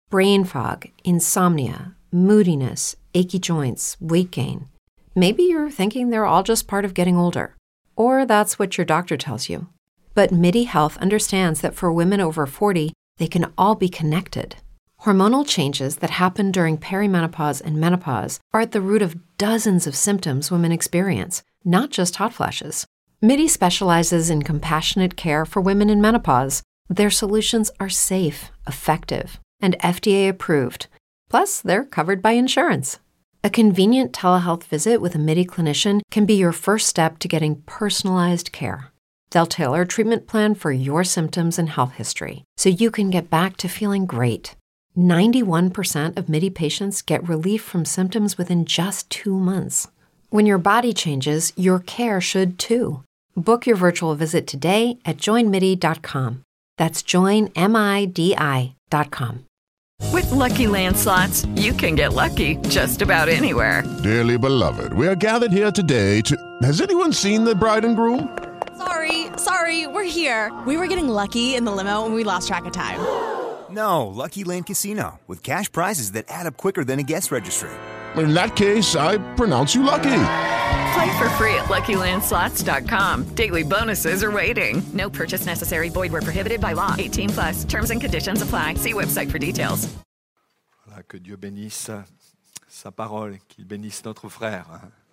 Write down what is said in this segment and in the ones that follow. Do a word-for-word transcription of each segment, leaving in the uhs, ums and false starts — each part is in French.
brain fog, insomnia, moodiness, achy joints, weight gain. Maybe you're thinking they're all just part of getting older, or that's what your doctor tells you. But MIDI Health understands that for women over forty, they can all be connected. Hormonal changes that happen during perimenopause and menopause are at the root of dozens of symptoms women experience, not just hot flashes. MIDI specializes in compassionate care for women in menopause. Their solutions are safe, effective, and F D A approved. Plus, they're covered by insurance. A convenient telehealth visit with a MIDI clinician can be your first step to getting personalized care. They'll tailor a treatment plan for your symptoms and health history, so you can get back to feeling great. ninety-one percent of MIDI patients get relief from symptoms within just two months. When your body changes, your care should too. Book your virtual visit today at join midi dot com. That's join midi dot com. With Lucky Land Slots, you can get lucky just about anywhere. Dearly beloved, we are gathered here today to... Has anyone seen the bride and groom? Sorry, sorry, we're here. We were getting lucky in the limo and we lost track of time. No, Lucky Land Casino, with cash prizes that add up quicker than a guest registry. In that case, I pronounce you lucky. Play for free at lucky land slots dot com. Daily bonuses are waiting. No purchase necessary. Void where prohibited by law. eighteen plus. Terms and conditions apply. See website for details. Voilà, que Dieu bénisse sa parole, qu'il bénisse notre frère.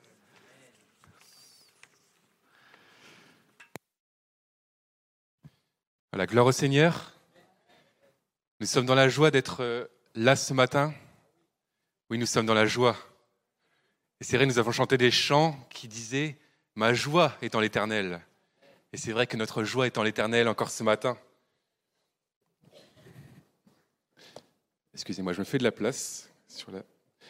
Voilà, gloire au Seigneur. Nous sommes dans la joie d'être là ce matin. Oui, nous sommes dans la joie. Et c'est vrai, nous avons chanté des chants qui disaient « Ma joie est en l'Éternel ». Et c'est vrai que notre joie est en l'Éternel encore ce matin. Excusez-moi, je me fais de la place sur la...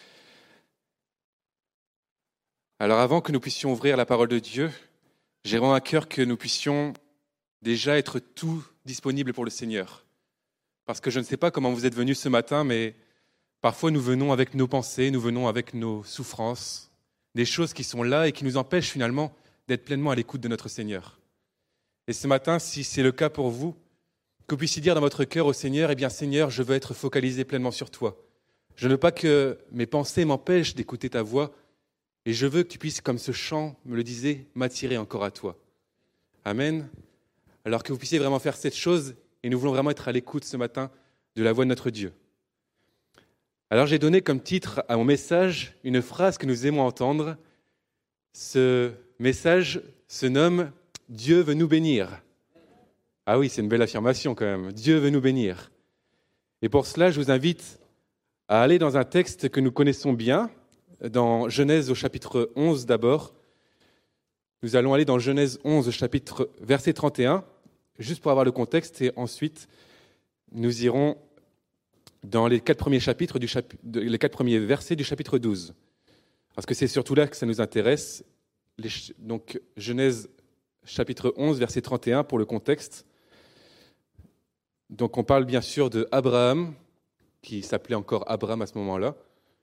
Alors avant que nous puissions ouvrir la parole de Dieu, j'ai vraiment à cœur que nous puissions déjà être tout disponibles pour le Seigneur. Parce que je ne sais pas comment vous êtes venus ce matin, mais parfois nous venons avec nos pensées, nous venons avec nos souffrances, des choses qui sont là et qui nous empêchent finalement d'être pleinement à l'écoute de notre Seigneur. Et ce matin, si c'est le cas pour vous, que vous puissiez dire dans votre cœur au Seigneur, eh bien Seigneur, je veux être focalisé pleinement sur toi. Je ne veux pas que mes pensées m'empêchent d'écouter ta voix, et je veux que tu puisses, comme ce chant me le disait, m'attirer encore à toi. Amen. Alors que vous puissiez vraiment faire cette chose, et nous voulons vraiment être à l'écoute ce matin de la voix de notre Dieu. Alors j'ai donné comme titre à mon message une phrase que nous aimons entendre. Ce message se nomme « Dieu veut nous bénir ». Ah oui, c'est une belle affirmation quand même. Dieu veut nous bénir. Et pour cela, je vous invite à aller dans un texte que nous connaissons bien, dans Genèse au chapitre onze d'abord. Nous allons aller dans Genèse onze, chapitre, verset trente et un, juste pour avoir le contexte, et ensuite nous irons dans les quatre premiers chapitres du chapitre, les quatre premiers versets du chapitre douze. Parce que c'est surtout là que ça nous intéresse. Les, donc Genèse chapitre onze, verset trente et un pour le contexte. Donc on parle bien sûr de Abraham, qui s'appelait encore Abraham à ce moment-là.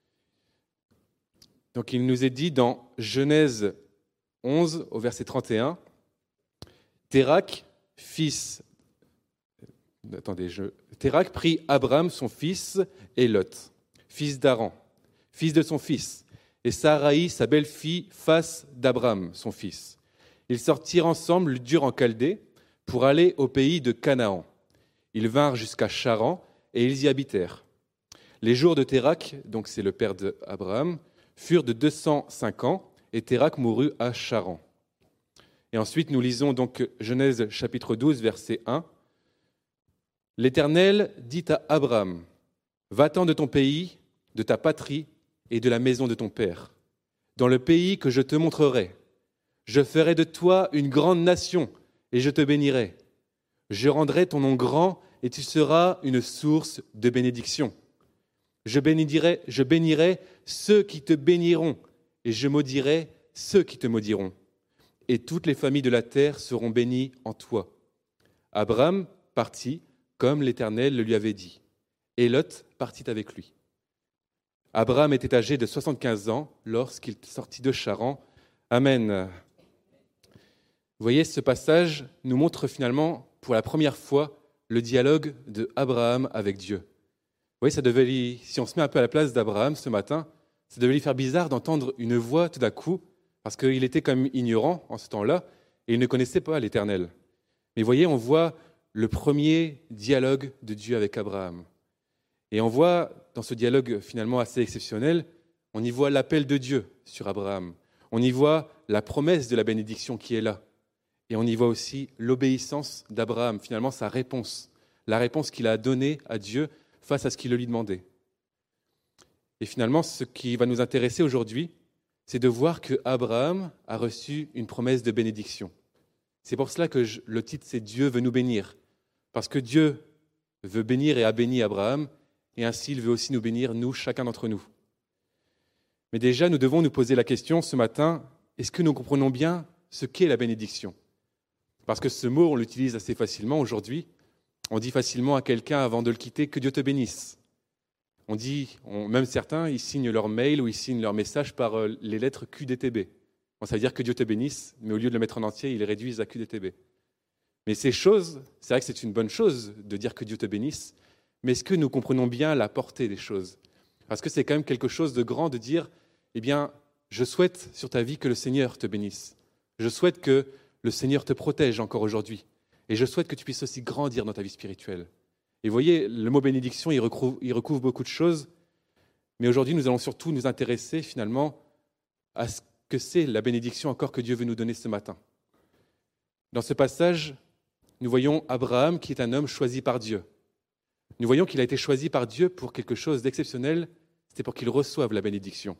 Donc il nous est dit dans Genèse onze, au verset trente et un, Térak, fils... Attendez, je... Térak prit Abraham, son fils, et Lot, fils d'Aran, fils de son fils, et Sarai, sa belle-fille, face d'Abraham, son fils. Ils sortirent ensemble d'Ur en Chaldée pour aller au pays de Canaan. Ils vinrent jusqu'à Charan et ils y habitèrent. Les jours de Térak, donc c'est le père d'Abraham, furent de deux cent cinq ans et Térak mourut à Charan. Et ensuite nous lisons donc Genèse chapitre douze, verset un. L'Éternel dit à Abraham, « Va-t'en de ton pays, de ta patrie et de la maison de ton père, dans le pays que je te montrerai. Je ferai de toi une grande nation et je te bénirai. Je rendrai ton nom grand et tu seras une source de bénédiction. Je bénirai, je bénirai ceux qui te béniront et je maudirai ceux qui te maudiront. Et toutes les familles de la terre seront bénies en toi. » Abraham partit comme l'Éternel le lui avait dit. Et Lot partit avec lui. Abraham était âgé de soixante-quinze ans lorsqu'il sortit de Charan. Amen. Vous voyez, ce passage nous montre finalement pour la première fois le dialogue de Abraham avec Dieu. voyez, ça devait lui, si on se met un peu à la place d'Abraham ce matin, ça devait lui faire bizarre d'entendre une voix tout d'un coup, parce qu'il était comme ignorant en ce temps-là, et il ne connaissait pas l'Éternel. Mais vous voyez, on voit le premier dialogue de Dieu avec Abraham. Et on voit, dans ce dialogue finalement assez exceptionnel, on y voit l'appel de Dieu sur Abraham. On y voit la promesse de la bénédiction qui est là. Et on y voit aussi l'obéissance d'Abraham, finalement sa réponse, la réponse qu'il a donnée à Dieu face à ce qu'il lui demandait. Et finalement, ce qui va nous intéresser aujourd'hui, c'est de voir que Abraham a reçu une promesse de bénédiction. C'est pour cela que je, le titre, c'est « Dieu veut nous bénir ». Parce que Dieu veut bénir et a béni Abraham, et ainsi il veut aussi nous bénir, nous, chacun d'entre nous. Mais déjà, nous devons nous poser la question ce matin, est-ce que nous comprenons bien ce qu'est la bénédiction ? Parce que ce mot, on l'utilise assez facilement aujourd'hui. On dit facilement à quelqu'un avant de le quitter « que Dieu te bénisse ». On dit, on, même certains, ils signent leur mail ou ils signent leur message par euh, les lettres Q D T B. Bon, ça veut dire que Dieu te bénisse, mais au lieu de le mettre en entier, ils les réduisent à Q D T B. Mais ces choses, c'est vrai que c'est une bonne chose de dire que Dieu te bénisse, mais est-ce que nous comprenons bien la portée des choses ? Parce que c'est quand même quelque chose de grand de dire, eh bien, je souhaite sur ta vie que le Seigneur te bénisse. Je souhaite que le Seigneur te protège encore aujourd'hui. Et je souhaite que tu puisses aussi grandir dans ta vie spirituelle. Et vous voyez, le mot bénédiction, il recouvre, il recouvre beaucoup de choses, mais aujourd'hui, nous allons surtout nous intéresser finalement à ce que c'est la bénédiction encore que Dieu veut nous donner ce matin. Dans ce passage, nous voyons Abraham qui est un homme choisi par Dieu. Nous voyons qu'il a été choisi par Dieu pour quelque chose d'exceptionnel, c'était pour qu'il reçoive la bénédiction.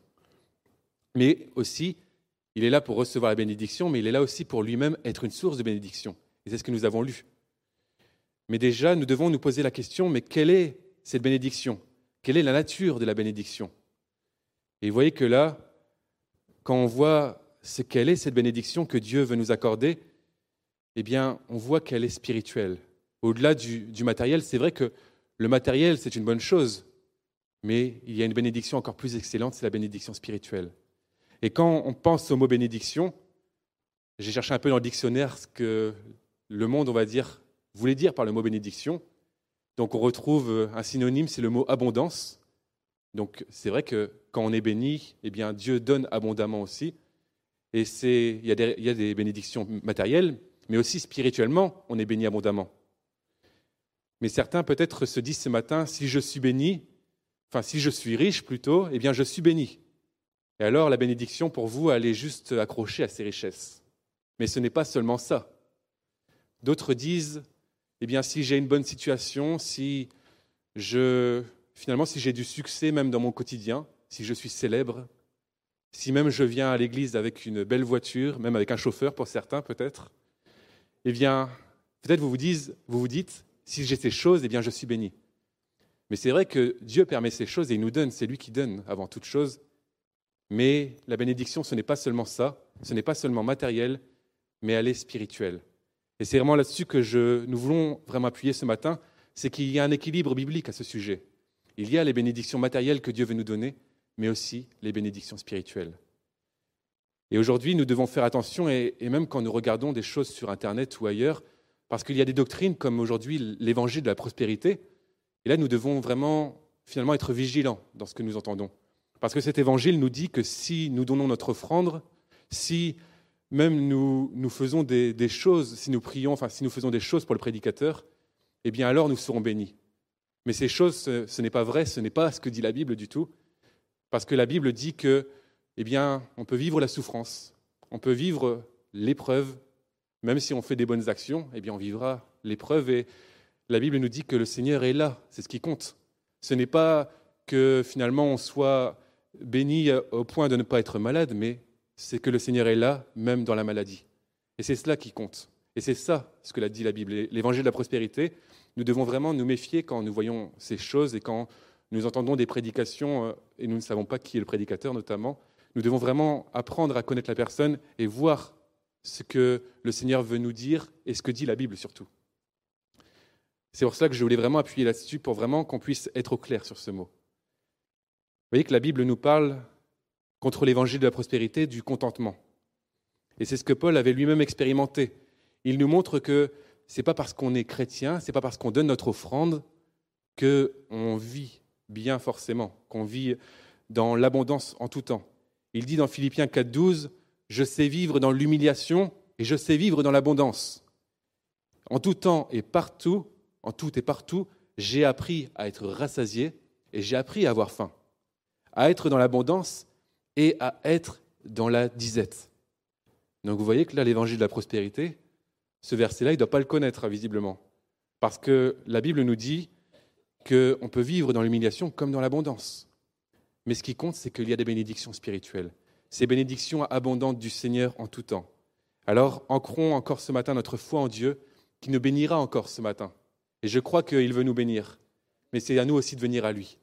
Mais aussi, il est là pour recevoir la bénédiction, mais il est là aussi pour lui-même être une source de bénédiction. Et c'est ce que nous avons lu. Mais déjà, nous devons nous poser la question, mais quelle est cette bénédiction ? Quelle est la nature de la bénédiction ? Et vous voyez que là, quand on voit ce quelle est cette bénédiction que Dieu veut nous accorder, eh bien, on voit qu'elle est spirituelle. Au-delà du, du matériel, c'est vrai que le matériel, c'est une bonne chose, mais il y a une bénédiction encore plus excellente, c'est la bénédiction spirituelle. Et quand on pense au mot bénédiction, j'ai cherché un peu dans le dictionnaire ce que le monde, on va dire, voulait dire par le mot bénédiction. Donc on retrouve un synonyme, c'est le mot abondance. Donc c'est vrai que quand on est béni, eh bien Dieu donne abondamment aussi. Et c'est, il y a des, il y a des bénédictions matérielles, mais aussi spirituellement, on est béni abondamment. Mais certains peut-être se disent ce matin, si je suis béni, enfin si je suis riche plutôt, eh bien je suis béni. Et alors la bénédiction pour vous, elle est juste accrochée à ces richesses. Mais ce n'est pas seulement ça. D'autres disent, eh bien si j'ai une bonne situation, si je, finalement si j'ai du succès même dans mon quotidien, si je suis célèbre, si même je viens à l'église avec une belle voiture, même avec un chauffeur pour certains peut-être, eh bien peut-être vous vous dites, vous vous dites, si j'ai ces choses, eh bien je suis béni. Mais c'est vrai que Dieu permet ces choses et il nous donne, c'est lui qui donne avant toute chose. Mais la bénédiction, ce n'est pas seulement ça, ce n'est pas seulement matériel, mais elle est spirituelle. Et c'est vraiment là-dessus que je, nous voulons vraiment appuyer ce matin, c'est qu'il y a un équilibre biblique à ce sujet. Il y a les bénédictions matérielles que Dieu veut nous donner, mais aussi les bénédictions spirituelles. Et aujourd'hui, nous devons faire attention, et, et même quand nous regardons des choses sur Internet ou ailleurs, parce qu'il y a des doctrines comme aujourd'hui l'évangile de la prospérité, et là nous devons vraiment finalement être vigilants dans ce que nous entendons. Parce que cet évangile nous dit que si nous donnons notre offrande, si même nous, nous faisons des, des choses, si nous prions, enfin si nous faisons des choses pour le prédicateur, eh bien alors nous serons bénis. Mais ces choses, ce, ce n'est pas vrai, ce n'est pas ce que dit la Bible du tout, parce que la Bible dit que, eh bien, on peut vivre la souffrance, on peut vivre l'épreuve, même si on fait des bonnes actions, eh bien on vivra l'épreuve. Et la Bible nous dit que le Seigneur est là, c'est ce qui compte. Ce n'est pas que finalement on soit béni au point de ne pas être malade, mais c'est que le Seigneur est là, même dans la maladie. Et c'est cela qui compte. Et c'est ça ce que l'a dit la Bible. L'évangile de la prospérité, nous devons vraiment nous méfier quand nous voyons ces choses et quand nous entendons des prédications et nous ne savons pas qui est le prédicateur notamment. Nous devons vraiment apprendre à connaître la personne et voir ce que le Seigneur veut nous dire et ce que dit la Bible surtout. C'est pour cela que je voulais vraiment appuyer là-dessus pour vraiment qu'on puisse être au clair sur ce mot. Vous voyez que la Bible nous parle, contre l'évangile de la prospérité, du contentement. Et c'est ce que Paul avait lui-même expérimenté. Il nous montre que ce n'est pas parce qu'on est chrétien, ce n'est pas parce qu'on donne notre offrande qu'on vit bien forcément, qu'on vit dans l'abondance en tout temps. Il dit dans Philippiens quatre douze, « Je sais vivre dans l'humiliation et je sais vivre dans l'abondance. En tout temps et partout, en tout et partout, j'ai appris à être rassasié et j'ai appris à avoir faim, à être dans l'abondance et à être dans la disette. » Donc vous voyez que là, l'évangile de la prospérité, ce verset-là, il ne doit pas le connaître, visiblement. Parce que la Bible nous dit qu'on peut vivre dans l'humiliation comme dans l'abondance. Mais ce qui compte, c'est qu'il y a des bénédictions spirituelles. Ces bénédictions abondantes du Seigneur en tout temps. Alors, ancrons encore ce matin notre foi en Dieu, qui nous bénira encore ce matin. Et je crois qu'il veut nous bénir. Mais c'est à nous aussi de venir à lui.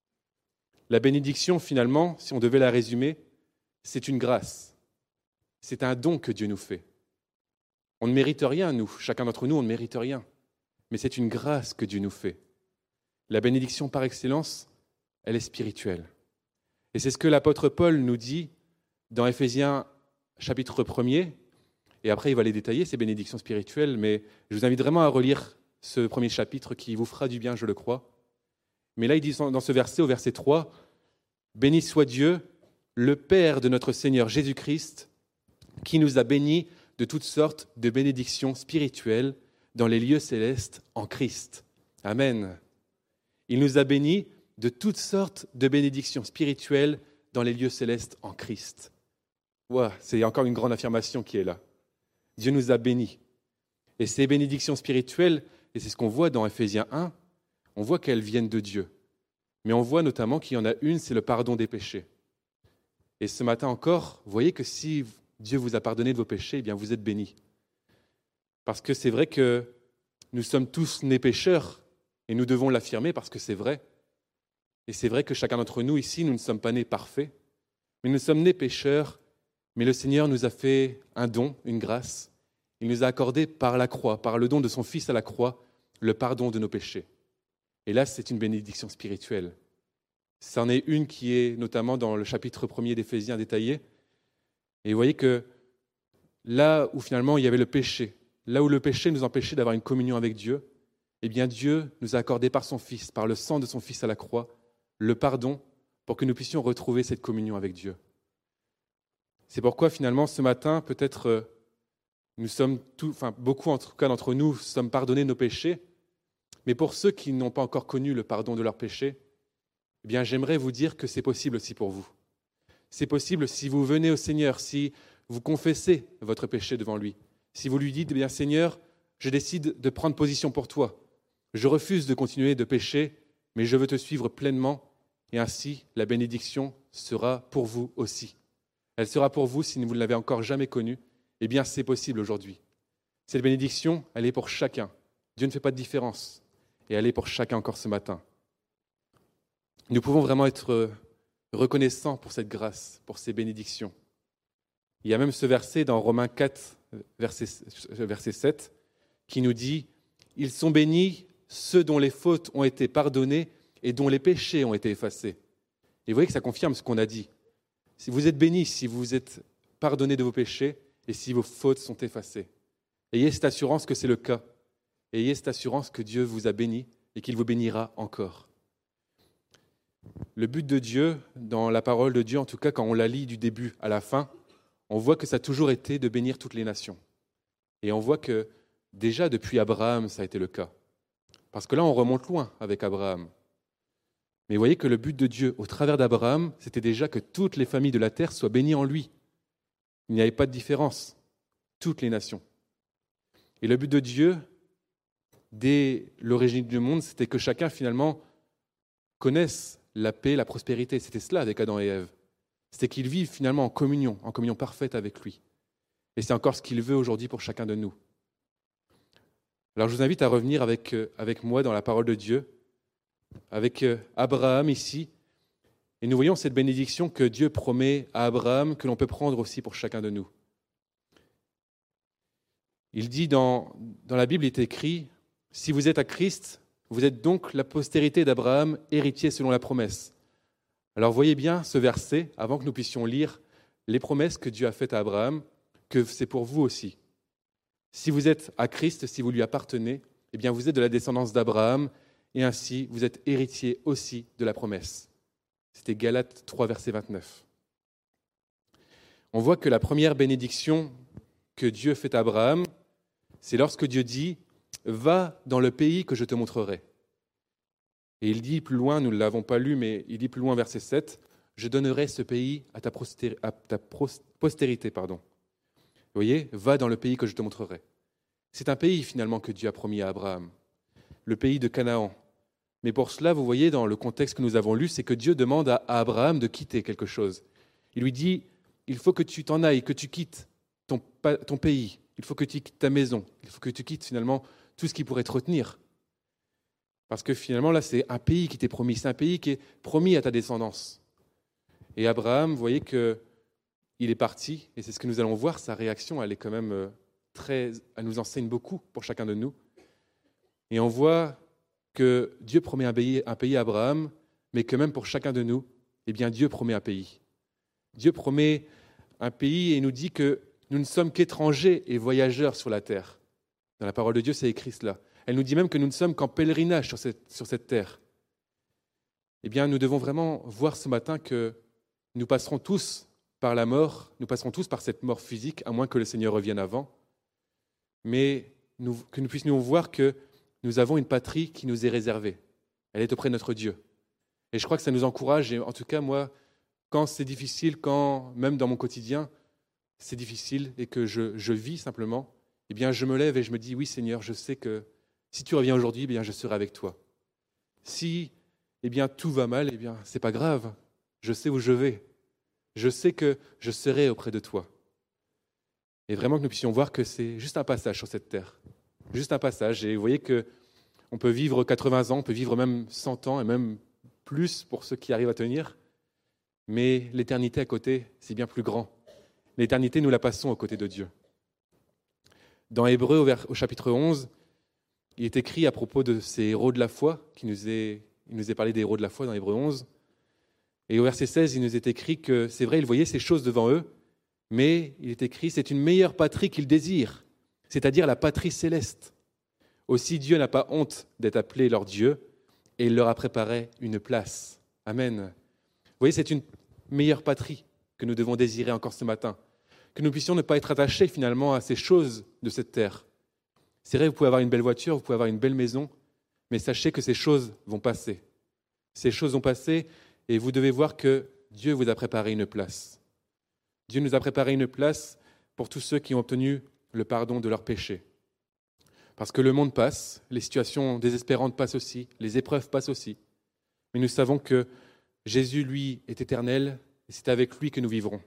La bénédiction, finalement, si on devait la résumer, c'est une grâce. C'est un don que Dieu nous fait. On ne mérite rien, nous. Chacun d'entre nous, on ne mérite rien. Mais c'est une grâce que Dieu nous fait. La bénédiction par excellence, elle est spirituelle. Et c'est ce que l'apôtre Paul nous dit dans Éphésiens chapitre premier. Et après, il va les détailler, ces bénédictions spirituelles. Mais je vous invite vraiment à relire ce premier chapitre qui vous fera du bien, je le crois. Mais là, il dit dans ce verset, au verset trois, « Béni soit Dieu, le Père de notre Seigneur Jésus-Christ, qui nous a bénis de toutes sortes de bénédictions spirituelles dans les lieux célestes en Christ. » Amen. Il nous a bénis de toutes sortes de bénédictions spirituelles dans les lieux célestes en Christ. Wow, c'est encore une grande affirmation qui est là. Dieu nous a bénis. Et ces bénédictions spirituelles, et c'est ce qu'on voit dans Éphésiens un, on voit qu'elles viennent de Dieu. Mais on voit notamment qu'il y en a une, c'est le pardon des péchés. Et ce matin encore, vous voyez que si Dieu vous a pardonné de vos péchés, eh bien vous êtes bénis. Parce que c'est vrai que nous sommes tous nés pécheurs, et nous devons l'affirmer parce que c'est vrai. Et c'est vrai que chacun d'entre nous ici, nous ne sommes pas nés parfaits, mais nous sommes nés pécheurs, mais le Seigneur nous a fait un don, une grâce. Il nous a accordé par la croix, par le don de son Fils à la croix, le pardon de nos péchés. Et là, c'est une bénédiction spirituelle. C'en est une qui est notamment dans le chapitre premier d'Éphésiens détaillé. Et vous voyez que là où finalement il y avait le péché, là où le péché nous empêchait d'avoir une communion avec Dieu, eh bien Dieu nous a accordé par son Fils, par le sang de son Fils à la croix, le pardon pour que nous puissions retrouver cette communion avec Dieu. C'est pourquoi finalement ce matin, peut-être nous sommes tous, enfin beaucoup en tout cas d'entre nous, sommes pardonnés de nos péchés, mais pour ceux qui n'ont pas encore connu le pardon de leurs péchés, eh bien j'aimerais vous dire que c'est possible aussi pour vous. C'est possible si vous venez au Seigneur, si vous confessez votre péché devant lui, si vous lui dites, eh bien Seigneur, je décide de prendre position pour toi. Je refuse de continuer de pécher, mais je veux te suivre pleinement, et ainsi la bénédiction sera pour vous aussi. Elle sera pour vous si vous ne l'avez encore jamais connue. Eh bien, c'est possible aujourd'hui. Cette bénédiction, elle est pour chacun. Dieu ne fait pas de différence, et elle est pour chacun encore ce matin. Nous pouvons vraiment être reconnaissants pour cette grâce, pour ces bénédictions. Il y a même ce verset dans Romains quatre, verset, verset sept, qui nous dit « Ils sont bénis ceux dont les fautes ont été pardonnées et dont les péchés ont été effacés. » Et vous voyez que ça confirme ce qu'on a dit. Si vous êtes bénis, si vous êtes pardonnés de vos péchés et si vos fautes sont effacées. Ayez cette assurance que c'est le cas. Ayez cette assurance que Dieu vous a béni et qu'il vous bénira encore. Le but de Dieu, dans la parole de Dieu, en tout cas quand on la lit du début à la fin, on voit que ça a toujours été de bénir toutes les nations. Et on voit que déjà depuis Abraham, ça a été le cas. Parce que là, on remonte loin avec Abraham. Mais vous voyez que le but de Dieu, au travers d'Abraham, c'était déjà que toutes les familles de la terre soient bénies en lui. Il n'y avait pas de différence. Toutes les nations. Et le but de Dieu, dès l'origine du monde, c'était que chacun, finalement, connaisse la paix, la prospérité. C'était cela avec Adam et Ève. C'était qu'ils vivent finalement en communion, en communion parfaite avec lui. Et c'est encore ce qu'il veut aujourd'hui pour chacun de nous. Alors je vous invite à revenir avec, avec moi dans la parole de Dieu, avec Abraham ici, et nous voyons cette bénédiction que Dieu promet à Abraham, que l'on peut prendre aussi pour chacun de nous. Il dit dans, dans la Bible, il est écrit, « Si vous êtes à Christ, vous êtes donc la postérité d'Abraham, héritier selon la promesse. » Alors voyez bien ce verset, avant que nous puissions lire les promesses que Dieu a faites à Abraham, que c'est pour vous aussi. Si vous êtes à Christ, si vous lui appartenez, eh bien vous êtes de la descendance d'Abraham, et ainsi vous êtes héritiers aussi de la promesse. C'était Galates trois, verset vingt-neuf. On voit que la première bénédiction que Dieu fait à Abraham, c'est lorsque Dieu dit « Va dans le pays que je te montrerai ». Et il dit plus loin, nous ne l'avons pas lu, mais il dit plus loin, verset sept, « Je donnerai ce pays à ta, postéri- à ta postérité. » Pardon. Vous voyez, « Va dans le pays que je te montrerai ». C'est un pays finalement que Dieu a promis à Abraham, le pays de Canaan. Mais pour cela, vous voyez, dans le contexte que nous avons lu, c'est que Dieu demande à Abraham de quitter quelque chose. Il lui dit, il faut que tu t'en ailles, que tu quittes ton, ton pays, il faut que tu quittes ta maison, il faut que tu quittes finalement tout ce qui pourrait te retenir. Parce que finalement, là, c'est un pays qui t'est promis, c'est un pays qui est promis à ta descendance. Et Abraham, vous voyez qu'il est parti, et c'est ce que nous allons voir, sa réaction, elle est quand même très, elle nous enseigne beaucoup pour chacun de nous. Et on voit que Dieu promet un pays, un pays à Abraham, mais que même pour chacun de nous, eh bien Dieu promet un pays. Dieu promet un pays et nous dit que nous ne sommes qu'étrangers et voyageurs sur la terre. Dans la parole de Dieu, c'est écrit cela. Elle nous dit même que nous ne sommes qu'en pèlerinage sur cette, sur cette terre. Eh bien, nous devons vraiment voir ce matin que nous passerons tous par la mort, nous passerons tous par cette mort physique, à moins que le Seigneur revienne avant, mais nous, que nous puissions voir que nous avons une patrie qui nous est réservée. Elle est auprès de notre Dieu. Et je crois que ça nous encourage, et en tout cas, moi, quand c'est difficile, quand même dans mon quotidien, c'est difficile et que je, je vis simplement, eh bien, je me lève et je me dis, oui Seigneur, je sais que si tu reviens aujourd'hui, eh bien, je serai avec toi. Si eh bien, tout va mal, eh bien, ce n'est pas grave. Je sais où je vais. Je sais que je serai auprès de toi. Et vraiment que nous puissions voir que c'est juste un passage sur cette terre. Juste un passage. Et vous voyez qu'on peut vivre quatre-vingts ans, on peut vivre même cent ans et même plus pour ceux qui arrivent à tenir. Mais l'éternité à côté, c'est bien plus grand. L'éternité, nous la passons aux côtés de Dieu. Dans Hébreux, au, vers, au chapitre onze, il est écrit à propos de ces héros de la foi, qui nous est, il nous est parlé des héros de la foi dans Hébreux onze. Et au verset seize, il nous est écrit que c'est vrai, ils voyaient ces choses devant eux, mais il est écrit, c'est une meilleure patrie qu'ils désirent, c'est-à-dire la patrie céleste. Aussi Dieu n'a pas honte d'être appelé leur Dieu, et il leur a préparé une place. Amen. Vous voyez, c'est une meilleure patrie que nous devons désirer encore ce matin, que nous puissions ne pas être attachés finalement à ces choses de cette terre. C'est vrai, vous pouvez avoir une belle voiture, vous pouvez avoir une belle maison, mais sachez que ces choses vont passer. Ces choses vont passer et vous devez voir que Dieu vous a préparé une place. Dieu nous a préparé une place pour tous ceux qui ont obtenu le pardon de leurs péchés. Parce que le monde passe, les situations désespérantes passent aussi, les épreuves passent aussi. Mais nous savons que Jésus, lui, est éternel et c'est avec lui que nous vivrons.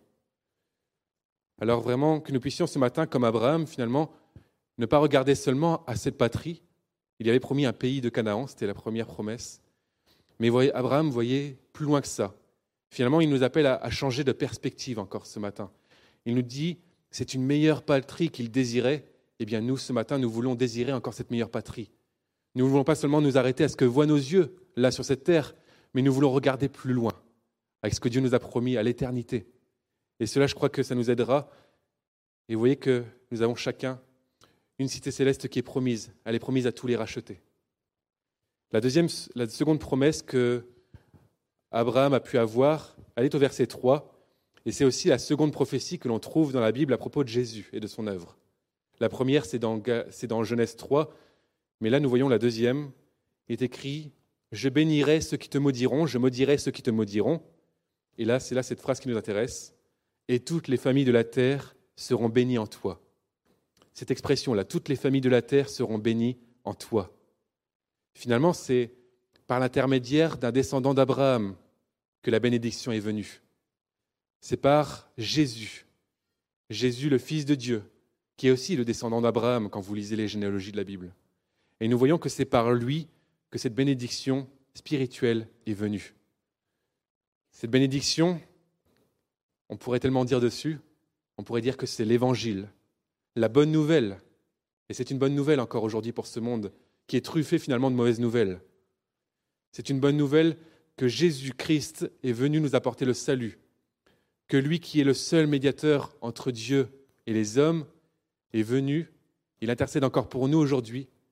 Alors vraiment, que nous puissions ce matin, comme Abraham, finalement, ne pas regarder seulement à cette patrie. Il y avait promis un pays de Canaan, c'était la première promesse. Mais voyez, Abraham, voyez, plus loin que ça. Finalement, il nous appelle à, à changer de perspective encore ce matin. Il nous dit, c'est une meilleure patrie qu'il désirait. Eh bien, nous, ce matin, nous voulons désirer encore cette meilleure patrie. Nous ne voulons pas seulement nous arrêter à ce que voient nos yeux, là, sur cette terre, mais nous voulons regarder plus loin, avec ce que Dieu nous a promis à l'éternité. Et cela, je crois que ça nous aidera. Et vous voyez que nous avons chacun une cité céleste qui est promise. Elle est promise à tous les rachetés. La, deuxième, la seconde promesse que Abraham a pu avoir, elle est au verset trois, et c'est aussi la seconde prophétie que l'on trouve dans la Bible à propos de Jésus et de son œuvre. La première, c'est dans, c'est dans Genèse trois, mais là, nous voyons la deuxième. Il est écrit « Je bénirai ceux qui te maudiront, je maudirai ceux qui te maudiront ». Et là, c'est là cette phrase qui nous intéresse. « Et toutes les familles de la terre seront bénies en toi ». Cette expression-là, toutes les familles de la terre seront bénies en toi. Finalement, c'est par l'intermédiaire d'un descendant d'Abraham que la bénédiction est venue. C'est par Jésus, Jésus le Fils de Dieu, qui est aussi le descendant d'Abraham quand vous lisez les généalogies de la Bible. Et nous voyons que c'est par lui que cette bénédiction spirituelle est venue. Cette bénédiction, on pourrait tellement dire dessus, on pourrait dire que c'est l'Évangile, la bonne nouvelle. Et c'est une bonne nouvelle encore aujourd'hui pour ce monde qui est truffé finalement de mauvaises nouvelles. C'est une bonne nouvelle que Jésus-Christ est venu nous apporter le salut, que lui qui est le seul médiateur entre Dieu et les hommes est venu, il intercède encore pour nous aujourd'hui,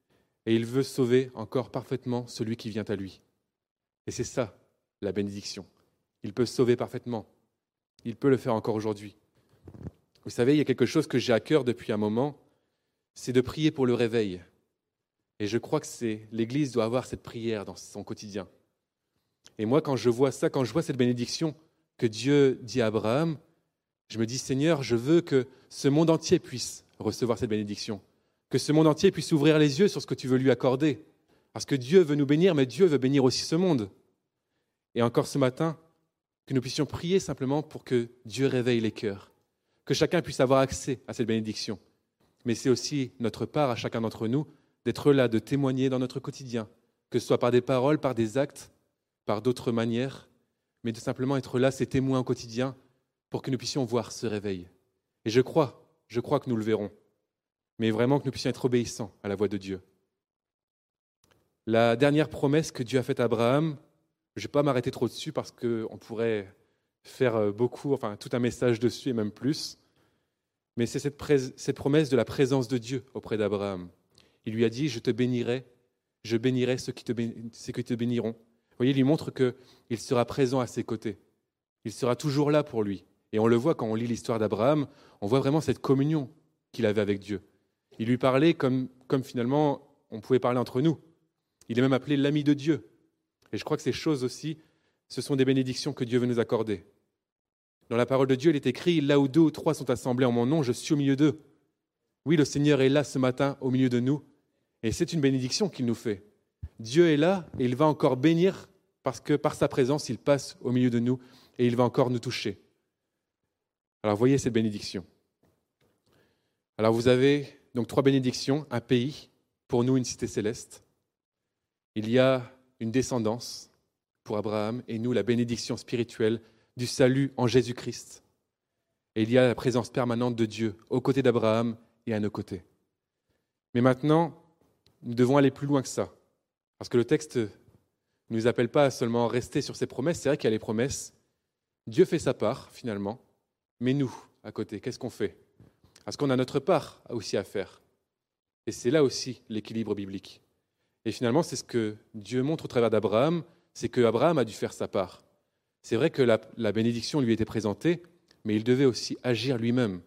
et il veut sauver encore parfaitement celui qui vient à lui. Et c'est ça, la bénédiction. Il peut sauver parfaitement. Il peut le faire encore aujourd'hui. Vous savez, il y a quelque chose que j'ai à cœur depuis un moment, c'est de prier pour le réveil. Et je crois que c'est, l'Église doit avoir cette prière dans son quotidien. Et moi, quand je vois ça, quand je vois cette bénédiction que Dieu dit à Abraham, je me dis, Seigneur, je veux que ce monde entier puisse recevoir cette bénédiction, que ce monde entier puisse ouvrir les yeux sur ce que tu veux lui accorder. Parce que Dieu veut nous bénir, mais Dieu veut bénir aussi ce monde. Et encore ce matin, que nous puissions prier simplement pour que Dieu réveille les cœurs, que chacun puisse avoir accès à cette bénédiction. Mais c'est aussi notre part à chacun d'entre nous d'être là, de témoigner dans notre quotidien, que ce soit par des paroles, par des actes, par d'autres manières, mais de simplement être là, ces témoins au quotidien, pour que nous puissions voir ce réveil. Et je crois, je crois que nous le verrons, mais vraiment que nous puissions être obéissants à la voix de Dieu. La dernière promesse que Dieu a faite à Abraham, je ne vais pas m'arrêter trop dessus parce qu'on pourrait faire beaucoup, enfin tout un message dessus et même plus, mais c'est cette, pré- cette promesse de la présence de Dieu auprès d'Abraham. Il lui a dit, je te bénirai, je bénirai ceux qui te, béni- ceux qui te béniront. Vous voyez, il lui montre qu'il sera présent à ses côtés. Il sera toujours là pour lui. Et on le voit quand on lit l'histoire d'Abraham, on voit vraiment cette communion qu'il avait avec Dieu. Il lui parlait comme, comme finalement on pouvait parler entre nous. Il est même appelé l'ami de Dieu. Et je crois que ces choses aussi, ce sont des bénédictions que Dieu veut nous accorder. Dans la parole de Dieu, il est écrit « Là où deux ou trois sont assemblés en mon nom, je suis au milieu d'eux ». Oui, le Seigneur est là ce matin au milieu de nous. Et c'est une bénédiction qu'il nous fait. Dieu est là et il va encore bénir parce que par sa présence, il passe au milieu de nous et il va encore nous toucher. Alors voyez cette bénédiction. Alors vous avez donc trois bénédictions, un pays, pour nous une cité céleste. Il y a une descendance pour Abraham et nous la bénédiction spirituelle du salut en Jésus-Christ. Et il y a la présence permanente de Dieu aux côtés d'Abraham et à nos côtés. Mais maintenant, nous devons aller plus loin que ça. Parce que le texte ne nous appelle pas à seulement rester sur ces promesses. C'est vrai qu'il y a les promesses. Dieu fait sa part, finalement. Mais nous, à côté, qu'est-ce qu'on fait? Parce qu'on a notre part aussi à faire. Et c'est là aussi l'équilibre biblique. Et finalement, c'est ce que Dieu montre au travers d'Abraham, c'est qu'Abraham a dû faire sa part. C'est vrai que la, la bénédiction lui était présentée, mais il devait aussi agir lui-même.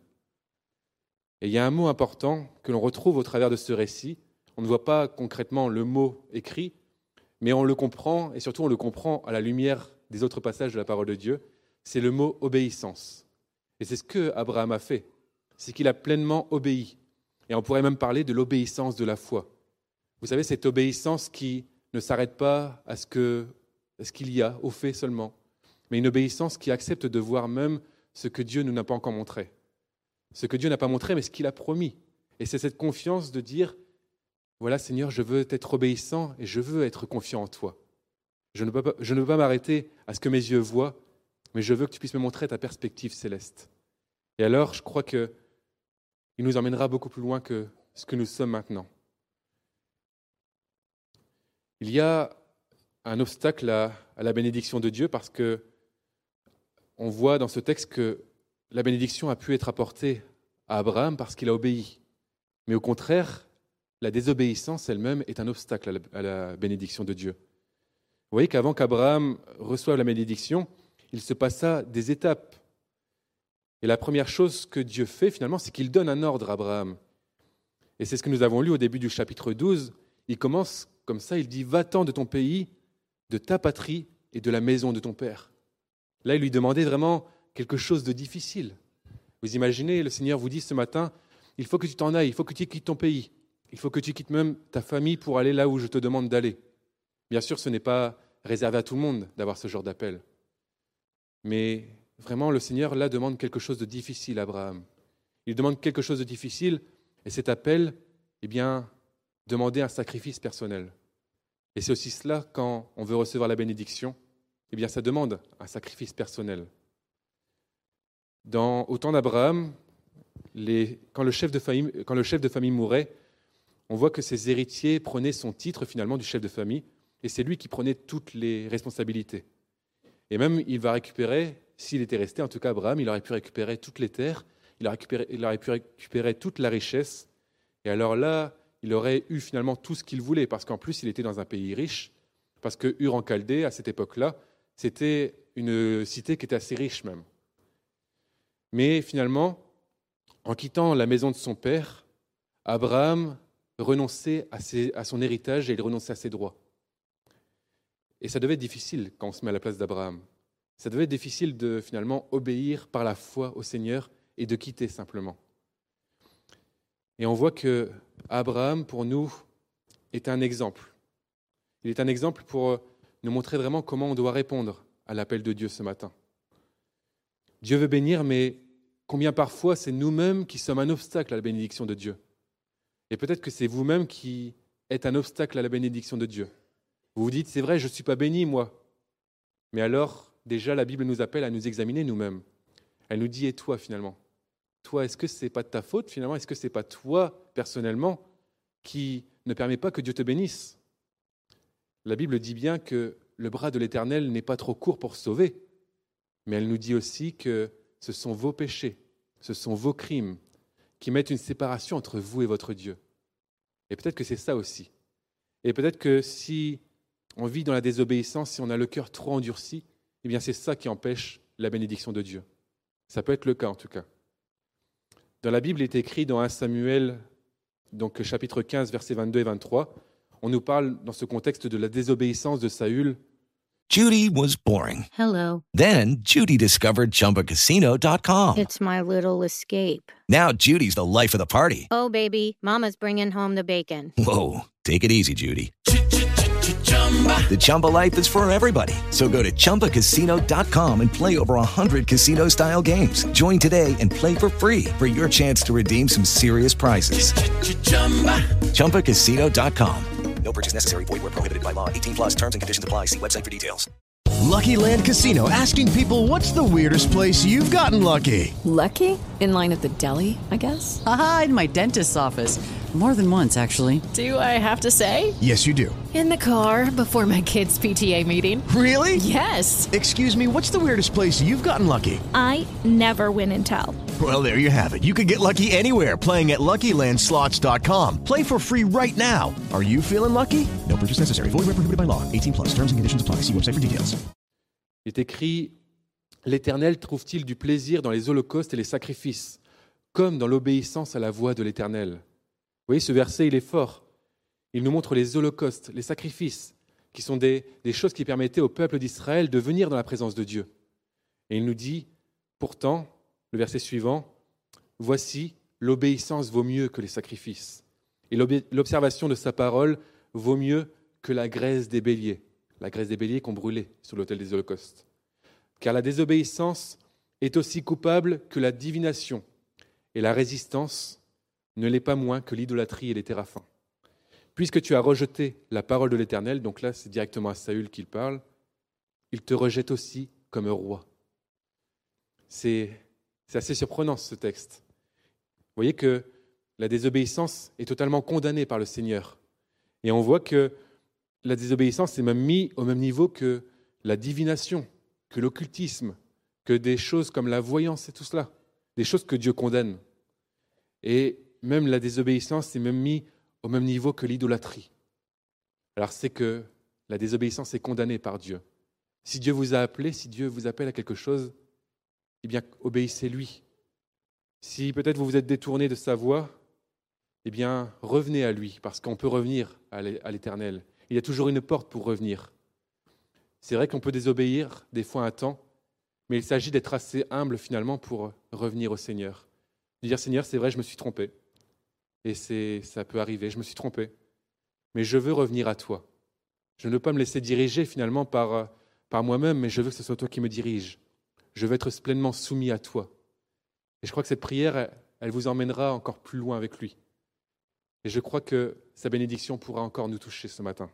Et il y a un mot important que l'on retrouve au travers de ce récit. On ne voit pas concrètement le mot écrit, mais on le comprend, et surtout on le comprend à la lumière des autres passages de la parole de Dieu. C'est le mot obéissance. Et c'est ce que Abraham a fait. C'est qu'il a pleinement obéi. Et on pourrait même parler de l'obéissance de la foi. Vous savez, cette obéissance qui ne s'arrête pas à ce, que, à ce qu'il y a, au fait seulement, mais une obéissance qui accepte de voir même ce que Dieu ne nous n'a pas encore montré. Ce que Dieu n'a pas montré, mais ce qu'il a promis. Et c'est cette confiance de dire, voilà Seigneur, je veux être obéissant et je veux être confiant en toi. Je ne peux pas, je ne veux pas m'arrêter à ce que mes yeux voient, mais je veux que tu puisses me montrer ta perspective céleste. Et alors, je crois qu'il nous emmènera beaucoup plus loin que ce que nous sommes maintenant. Il y a un obstacle à, à la bénédiction de Dieu parce que on voit dans ce texte que la bénédiction a pu être apportée à Abraham parce qu'il a obéi. Mais au contraire, la désobéissance elle-même est un obstacle à la, à la bénédiction de Dieu. Vous voyez qu'avant qu'Abraham reçoive la bénédiction, il se passa des étapes. Et la première chose que Dieu fait finalement, c'est qu'il donne un ordre à Abraham. Et c'est ce que nous avons lu au début du chapitre douze. Il commence comme ça, il dit « Va-t'en de ton pays, de ta patrie et de la maison de ton père ». Là, il lui demandait vraiment quelque chose de difficile. Vous imaginez, le Seigneur vous dit ce matin, il faut que tu t'en ailles, il faut que tu quittes ton pays, il faut que tu quittes même ta famille pour aller là où je te demande d'aller. Bien sûr, ce n'est pas réservé à tout le monde d'avoir ce genre d'appel. Mais vraiment, le Seigneur, là, demande quelque chose de difficile à Abraham. Il demande quelque chose de difficile, et cet appel, eh bien, demander un sacrifice personnel. Et c'est aussi cela, quand on veut recevoir la bénédiction, eh bien, ça demande un sacrifice personnel. Dans, au temps d'Abraham, les, quand, le chef de famille, quand le chef de famille mourait, on voit que ses héritiers prenaient son titre finalement du chef de famille, et c'est lui qui prenait toutes les responsabilités. Et même, il va récupérer, s'il était resté, en tout cas Abraham, il aurait pu récupérer toutes les terres, il aurait, récupéré, il aurait pu récupérer toute la richesse, et alors là, il aurait eu finalement tout ce qu'il voulait, parce qu'en plus, il était dans un pays riche, parce que Ur en Chaldée, à cette époque-là, c'était une cité qui était assez riche même. Mais finalement, en quittant la maison de son père, Abraham renonçait à, ses, à son héritage et il renonçait à ses droits. Et ça devait être difficile quand on se met à la place d'Abraham. Ça devait être difficile de finalement obéir par la foi au Seigneur et de quitter simplement. Et on voit que Abraham, pour nous, est un exemple. Il est un exemple pour nous montrer vraiment comment on doit répondre à l'appel de Dieu ce matin. Dieu veut bénir, mais combien parfois c'est nous-mêmes qui sommes un obstacle à la bénédiction de Dieu. Et peut-être que c'est vous-même qui êtes un obstacle à la bénédiction de Dieu. Vous vous dites, c'est vrai, je ne suis pas béni, moi. Mais alors, déjà, la Bible nous appelle à nous examiner nous-mêmes. Elle nous dit, et toi, finalement ? Toi, est-ce que ce n'est pas de ta faute, finalement ? Est-ce que ce n'est pas toi, personnellement, qui ne permet pas que Dieu te bénisse ? La Bible dit bien que le bras de l'Éternel n'est pas trop court pour sauver, mais elle nous dit aussi que ce sont vos péchés, ce sont vos crimes qui mettent une séparation entre vous et votre Dieu. Et peut-être que c'est ça aussi. Et peut-être que si on vit dans la désobéissance, si on a le cœur trop endurci, eh bien c'est ça qui empêche la bénédiction de Dieu. Ça peut être le cas en tout cas. Dans la Bible, il est écrit dans premier Samuel, donc chapitre quinze, versets vingt-deux et vingt-trois, on nous parle dans ce contexte de la désobéissance de Saül. Judy was boring. Hello. Then Judy discovered Chumba Casino dot com. It's my little escape. Now Judy's the life of the party. Oh, baby, mama's bringing home the bacon. Whoa, take it easy, Judy. The Chumba life is for everybody. So go to Chumba Casino dot com and play over one hundred casino-style games. Join today and play for free for your chance to redeem some serious prizes. Chumba Casino dot com. No purchase necessary. Void where prohibited by law. eighteen plus terms and conditions apply. See website for details. Lucky Land Casino, asking people, what's the weirdest place you've gotten lucky? Lucky? In line at the deli, I guess? Aha, in my dentist's office. More than once, actually. Do I have to say? Yes, you do. In the car before my kids' P T A meeting. Really? Yes. Excuse me, what's the weirdest place you've gotten lucky? I never win and tell. Well, there you have it. You can get lucky anywhere, playing at Lucky Land Slots dot com. Play for free right now. Are you feeling lucky? No purchase necessary. Void where prohibited by law. eighteen plus. Terms and conditions apply. See website for details. Il est écrit « L'Éternel trouve-t-il du plaisir dans les holocaustes et les sacrifices, comme dans l'obéissance à la voix de l'Éternel ?» Vous voyez, ce verset, il est fort. Il nous montre les holocaustes, les sacrifices, qui sont des, des choses qui permettaient au peuple d'Israël de venir dans la présence de Dieu. Et il nous dit, pourtant, le verset suivant, « Voici, l'obéissance vaut mieux que les sacrifices, et l'observation de sa parole vaut mieux que la graisse des béliers. » La graisse des béliers qu'on brûlait sur l'autel des holocaustes. Car la désobéissance est aussi coupable que la divination, et la résistance ne l'est pas moins que l'idolâtrie et les téraphins. Puisque tu as rejeté la parole de l'Éternel, donc là c'est directement à Saül qu'il parle, il te rejette aussi comme roi. C'est, c'est assez surprenant ce texte. Vous voyez que la désobéissance est totalement condamnée par le Seigneur. Et on voit que la désobéissance est même mise au même niveau que la divination, que l'occultisme, que des choses comme la voyance et tout cela, des choses que Dieu condamne. Et même la désobéissance est même mise au même niveau que l'idolâtrie. Alors c'est que la désobéissance est condamnée par Dieu. Si Dieu vous a appelé, si Dieu vous appelle à quelque chose, eh bien obéissez-lui. Si peut-être vous vous êtes détourné de sa voie, eh bien revenez à lui, parce qu'on peut revenir à l'Éternel. Il y a toujours une porte pour revenir. C'est vrai qu'on peut désobéir des fois un temps, mais il s'agit d'être assez humble finalement pour revenir au Seigneur. De dire, Seigneur, c'est vrai, je me suis trompé. Et c'est, ça peut arriver, je me suis trompé. Mais je veux revenir à toi. Je ne veux pas me laisser diriger finalement par, par moi-même, mais je veux que ce soit toi qui me dirige. Je veux être pleinement soumis à toi. Et je crois que cette prière, elle, elle vous emmènera encore plus loin avec lui. Et je crois que sa bénédiction pourra encore nous toucher ce matin.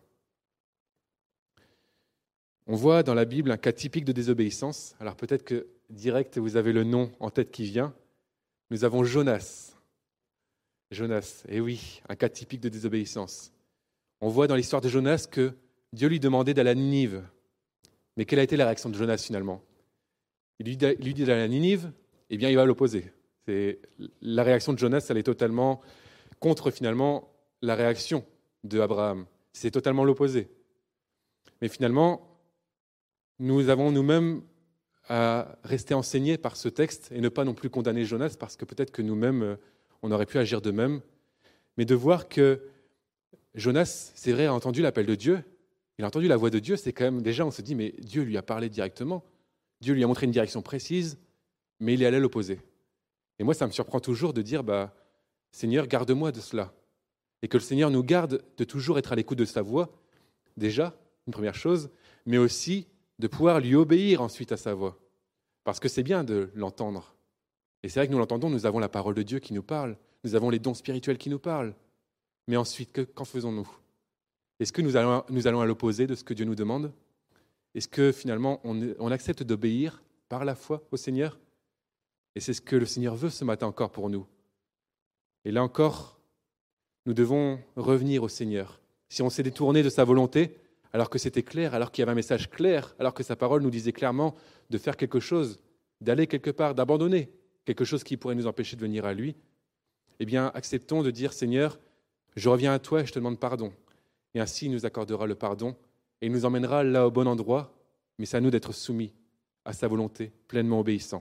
On voit dans la Bible un cas typique de désobéissance. Alors peut-être que direct, vous avez le nom en tête qui vient. Nous avons Jonas. Jonas, eh oui, un cas typique de désobéissance. On voit dans l'histoire de Jonas que Dieu lui demandait d'aller à Ninive. Mais quelle a été la réaction de Jonas finalement ? Il lui dit d'aller à Ninive, eh bien il va à l'opposé. C'est, la réaction de Jonas, elle est totalement contre finalement la réaction d'Abraham. C'est totalement l'opposé. Mais finalement, nous avons nous-mêmes à rester enseignés par ce texte et ne pas non plus condamner Jonas parce que peut-être que nous-mêmes, on aurait pu agir de même. Mais de voir que Jonas, c'est vrai, a entendu l'appel de Dieu, il a entendu la voix de Dieu, c'est quand même, déjà on se dit, mais Dieu lui a parlé directement, Dieu lui a montré une direction précise, mais il est allé à l'opposé. Et moi, ça me surprend toujours de dire, bah, Seigneur, garde-moi de cela. Et que le Seigneur nous garde de toujours être à l'écoute de sa voix, déjà, une première chose, mais aussi de pouvoir lui obéir ensuite à sa voix. Parce que c'est bien de l'entendre. Et c'est vrai que nous l'entendons, nous avons la parole de Dieu qui nous parle, nous avons les dons spirituels qui nous parlent. Mais ensuite, que, qu'en faisons-nous ? Est-ce que nous allons, nous allons à l'opposé de ce que Dieu nous demande ? Est-ce que finalement on, on accepte d'obéir par la foi au Seigneur ? Et c'est ce que le Seigneur veut ce matin encore pour nous. Et là encore, nous devons revenir au Seigneur. Si on s'est détourné de sa volonté, alors que c'était clair, alors qu'il y avait un message clair, alors que sa parole nous disait clairement de faire quelque chose, d'aller quelque part, d'abandonner quelque chose qui pourrait nous empêcher de venir à lui, eh bien, acceptons de dire, Seigneur, je reviens à toi et je te demande pardon. Et ainsi, il nous accordera le pardon et il nous emmènera là au bon endroit, mais c'est à nous d'être soumis à sa volonté, pleinement obéissants.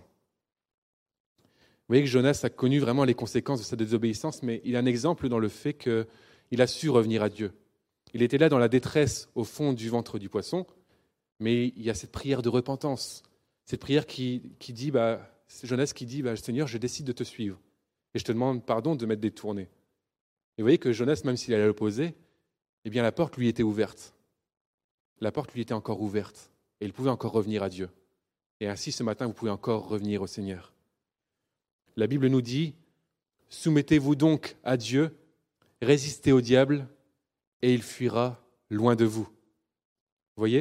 Vous voyez que Jonas a connu vraiment les conséquences de sa désobéissance, mais il a un exemple dans le fait qu'il a su revenir à Dieu. Il était là dans la détresse au fond du ventre du poisson, mais il y a cette prière de repentance, cette prière qui, qui dit, bah, c'est Jonas qui dit, bah, Seigneur, je décide de te suivre et je te demande pardon de m'être détourné. Et vous voyez que Jonas, même s'il allait à l'opposé, eh bien la porte lui était ouverte. La porte lui était encore ouverte et il pouvait encore revenir à Dieu. Et ainsi, ce matin, vous pouvez encore revenir au Seigneur. La Bible nous dit, « Soumettez-vous donc à Dieu, résistez au diable, et il fuira loin de vous. » Vous voyez ?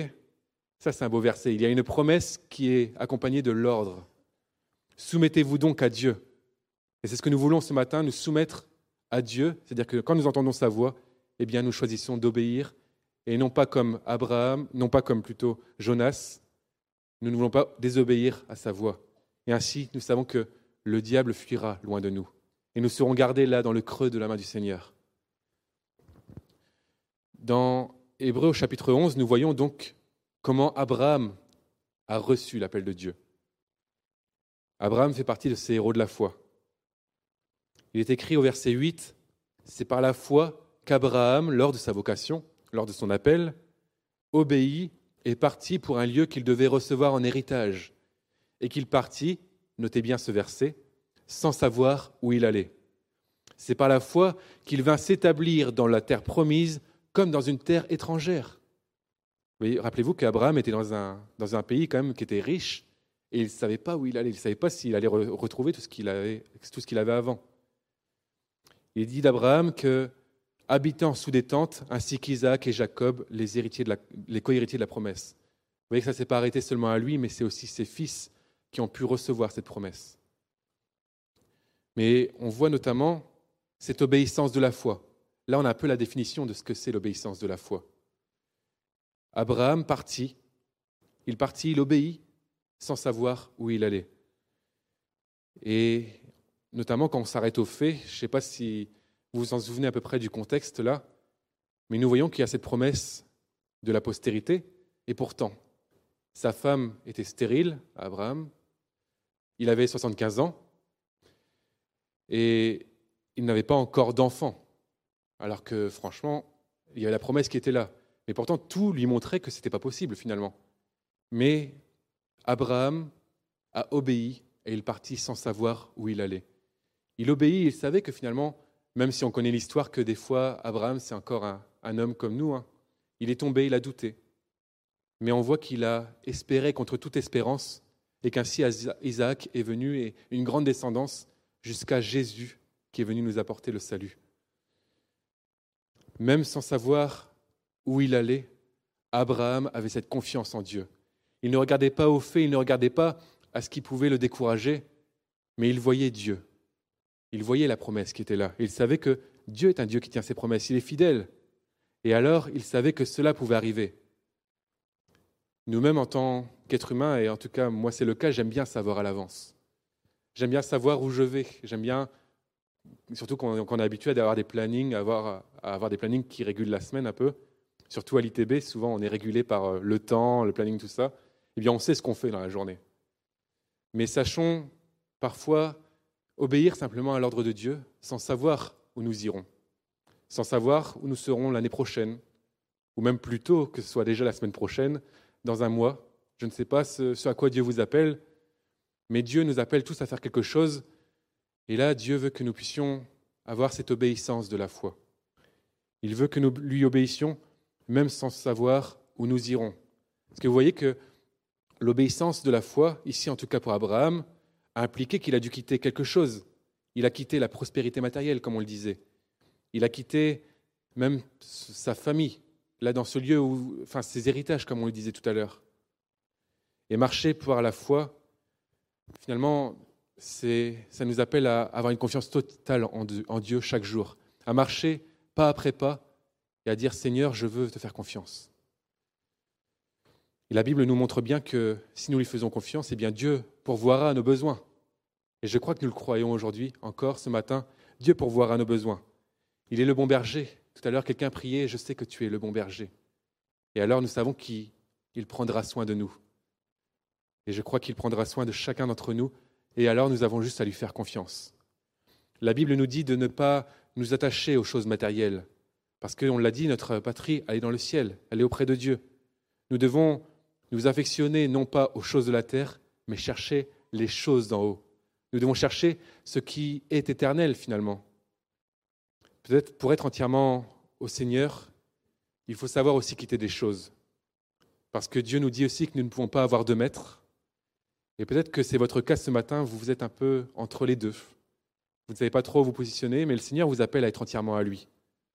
Ça, c'est un beau verset. Il y a une promesse qui est accompagnée de l'ordre. « Soumettez-vous donc à Dieu. » Et c'est ce que nous voulons ce matin, nous soumettre à Dieu. C'est-à-dire que quand nous entendons sa voix, eh bien, nous choisissons d'obéir, et non pas comme Abraham, non pas comme plutôt Jonas. Nous ne voulons pas désobéir à sa voix. Et ainsi, nous savons que le diable fuira loin de nous. Et nous serons gardés là, dans le creux de la main du Seigneur. Dans Hébreux, chapitre onze, nous voyons donc comment Abraham a reçu l'appel de Dieu. Abraham fait partie de ces héros de la foi. Il est écrit au verset huit, « C'est par la foi qu'Abraham, lors de sa vocation, lors de son appel, obéit et partit pour un lieu qu'il devait recevoir en héritage, et qu'il partit, notez bien ce verset, sans savoir où il allait. C'est par la foi qu'il vint s'établir dans la terre promise comme dans une terre étrangère. » Vous voyez, rappelez-vous qu'Abraham était dans un, dans un pays quand même qui était riche et il ne savait pas où il allait, il ne savait pas s'il allait re- retrouver tout ce qu'il avait, tout ce qu'il avait avant. Il est dit d'Abraham que, habitant sous des tentes, ainsi qu'Isaac et Jacob, les, héritiers de la, les co-héritiers de la promesse. Vous voyez que ça ne s'est pas arrêté seulement à lui, mais c'est aussi ses fils qui ont pu recevoir cette promesse. Mais on voit notamment cette obéissance de la foi. Là, on a un peu la définition de ce que c'est l'obéissance de la foi. Abraham partit, il partit, il obéit, sans savoir où il allait. Et notamment quand on s'arrête aux faits, je ne sais pas si vous vous en souvenez à peu près du contexte là, mais nous voyons qu'il y a cette promesse de la postérité, et pourtant, sa femme était stérile, Abraham, il avait soixante-quinze ans, et il n'avait pas encore d'enfant, alors que franchement, il y avait la promesse qui était là. Mais pourtant, tout lui montrait que ce n'était pas possible finalement. Mais Abraham a obéi et il partit sans savoir où il allait. Il obéit et il savait que finalement, même si on connaît l'histoire, que des fois, Abraham, c'est encore un, un homme comme nous, hein, il est tombé, il a douté. Mais on voit qu'il a espéré contre toute espérance et qu'ainsi Isaac est venu et une grande descendance jusqu'à Jésus qui est venu nous apporter le salut. Même sans savoir où il allait, Abraham avait cette confiance en Dieu. Il ne regardait pas aux faits, il ne regardait pas à ce qui pouvait le décourager, mais il voyait Dieu. Il voyait la promesse qui était là. Il savait que Dieu est un Dieu qui tient ses promesses, il est fidèle. Et alors, il savait que cela pouvait arriver. Nous-mêmes, en tant qu'êtres humains, et en tout cas, moi c'est le cas, j'aime bien savoir à l'avance. J'aime bien savoir où je vais. J'aime bien surtout qu'on, qu'on est habitué à avoir des plannings, à avoir, à avoir des plannings qui régulent la semaine un peu. Surtout à l'I T B, souvent on est régulé par le temps, le planning, tout ça. Eh bien, on sait ce qu'on fait dans la journée. Mais sachons parfois obéir simplement à l'ordre de Dieu sans savoir où nous irons, sans savoir où nous serons l'année prochaine, ou même plus tôt, que ce soit déjà la semaine prochaine, dans un mois. Je ne sais pas ce, ce à quoi Dieu vous appelle, mais Dieu nous appelle tous à faire quelque chose. Et là, Dieu veut que nous puissions avoir cette obéissance de la foi. Il veut que nous lui obéissions, même sans savoir où nous irons. Parce que vous voyez que l'obéissance de la foi, ici en tout cas pour Abraham, a impliqué qu'il a dû quitter quelque chose. Il a quitté la prospérité matérielle, comme on le disait. Il a quitté même sa famille, là dans ce lieu, où, enfin ses héritages, comme on le disait tout à l'heure. Et marcher par la foi, finalement, c'est, ça nous appelle à avoir une confiance totale en, en Dieu chaque jour, à marcher pas après pas et à dire « Seigneur, je veux te faire confiance ». Et la Bible nous montre bien que si nous lui faisons confiance, eh bien Dieu pourvoira à nos besoins. Et je crois que nous le croyons aujourd'hui, encore ce matin, Dieu pourvoira à nos besoins. Il est le bon berger. Tout à l'heure, quelqu'un priait « Je sais que tu es le bon berger ». Et alors, nous savons qu'il il prendra soin de nous. Et je crois qu'il prendra soin de chacun d'entre nous. Et alors, nous avons juste à lui faire confiance. La Bible nous dit de ne pas nous attacher aux choses matérielles. Parce qu'on l'a dit, notre patrie, elle est dans le ciel, elle est auprès de Dieu. Nous devons nous affectionner non pas aux choses de la terre, mais chercher les choses d'en haut. Nous devons chercher ce qui est éternel finalement. Peut-être pour être entièrement au Seigneur, il faut savoir aussi quitter des choses. Parce que Dieu nous dit aussi que nous ne pouvons pas avoir deux maîtres. Et peut-être que c'est votre cas ce matin, vous vous êtes un peu entre les deux. Vous ne savez pas trop où vous positionner, mais le Seigneur vous appelle à être entièrement à lui.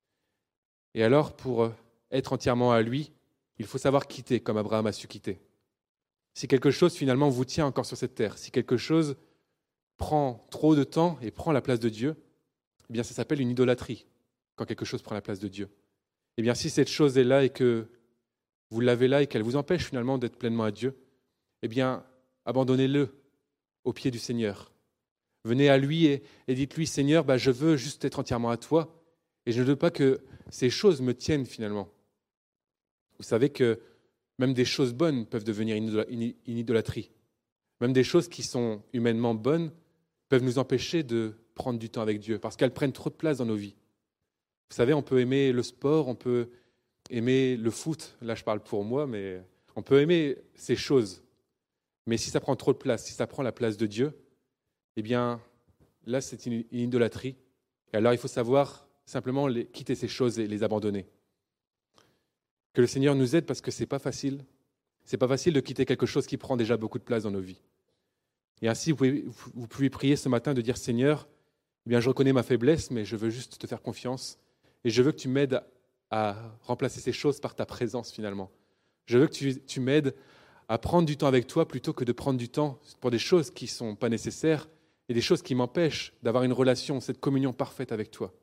Et alors, pour être entièrement à lui, il faut savoir quitter comme Abraham a su quitter. Si quelque chose finalement vous tient encore sur cette terre, si quelque chose prend trop de temps et prend la place de Dieu, eh bien ça s'appelle une idolâtrie, quand quelque chose prend la place de Dieu. Eh bien si cette chose est là et que vous l'avez là et qu'elle vous empêche finalement d'être pleinement à Dieu, eh bien abandonnez-le aux pieds du Seigneur. Venez à lui et, et dites-lui, Seigneur, bah, je veux juste être entièrement à toi et je ne veux pas que ces choses me tiennent finalement. Vous savez que même des choses bonnes peuvent devenir une idolâtrie. Même des choses qui sont humainement bonnes peuvent nous empêcher de prendre du temps avec Dieu parce qu'elles prennent trop de place dans nos vies. Vous savez, on peut aimer le sport, on peut aimer le foot, là je parle pour moi, mais on peut aimer ces choses. Mais si ça prend trop de place, si ça prend la place de Dieu, eh bien là c'est une idolâtrie. Et alors il faut savoir simplement les, quitter ces choses et les abandonner. Que le Seigneur nous aide parce que ce n'est pas facile. Ce n'est pas facile de quitter quelque chose qui prend déjà beaucoup de place dans nos vies. Et ainsi, vous pouvez, vous pouvez prier ce matin de dire, Seigneur, eh bien, je reconnais ma faiblesse, mais je veux juste te faire confiance. Et je veux que tu m'aides à remplacer ces choses par ta présence finalement. Je veux que tu, tu m'aides à prendre du temps avec toi plutôt que de prendre du temps pour des choses qui ne sont pas nécessaires et des choses qui m'empêchent d'avoir une relation, cette communion parfaite avec toi.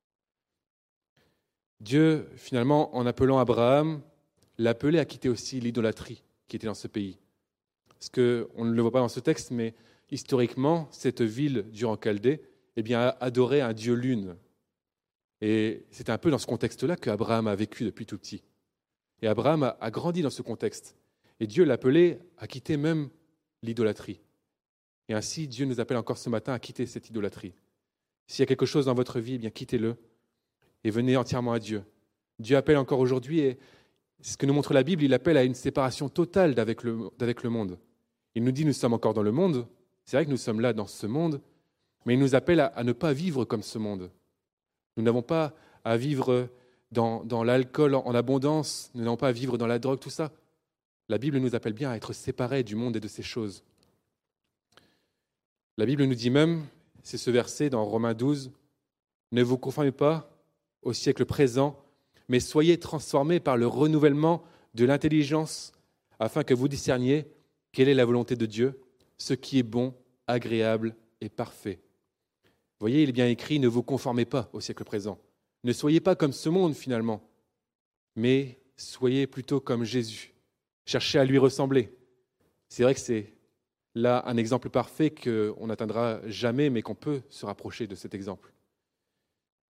Dieu, finalement, en appelant Abraham, l'appelait à quitter aussi l'idolâtrie qui était dans ce pays. Parce qu'on ne le voit pas dans ce texte, mais historiquement, cette ville dure en Chaldée, eh bien, adorait un dieu lune. Et c'était un peu dans ce contexte-là qu'Abraham a vécu depuis tout petit. Et Abraham a, a grandi dans ce contexte. Et Dieu l'appelait à quitter même l'idolâtrie. Et ainsi, Dieu nous appelle encore ce matin à quitter cette idolâtrie. S'il y a quelque chose dans votre vie, eh bien, quittez-le. Et venez entièrement à Dieu. Dieu appelle encore aujourd'hui, et c'est ce que nous montre la Bible, il appelle à une séparation totale d'avec le, d'avec le monde. Il nous dit, nous sommes encore dans le monde, c'est vrai que nous sommes là dans ce monde, mais il nous appelle à, à ne pas vivre comme ce monde. Nous n'avons pas à vivre dans, dans l'alcool en, en abondance, nous n'avons pas à vivre dans la drogue, tout ça. La Bible nous appelle bien à être séparés du monde et de ces choses. La Bible nous dit même, c'est ce verset dans Romains douze, « Ne vous conformez pas au siècle présent, mais soyez transformés par le renouvellement de l'intelligence, afin que vous discerniez quelle est la volonté de Dieu, ce qui est bon, agréable et parfait. » Vous voyez, il est bien écrit, ne vous conformez pas au siècle présent. Ne soyez pas comme ce monde finalement, mais soyez plutôt comme Jésus. Cherchez à lui ressembler. C'est vrai que c'est là un exemple parfait qu'on n'atteindra jamais, mais qu'on peut se rapprocher de cet exemple.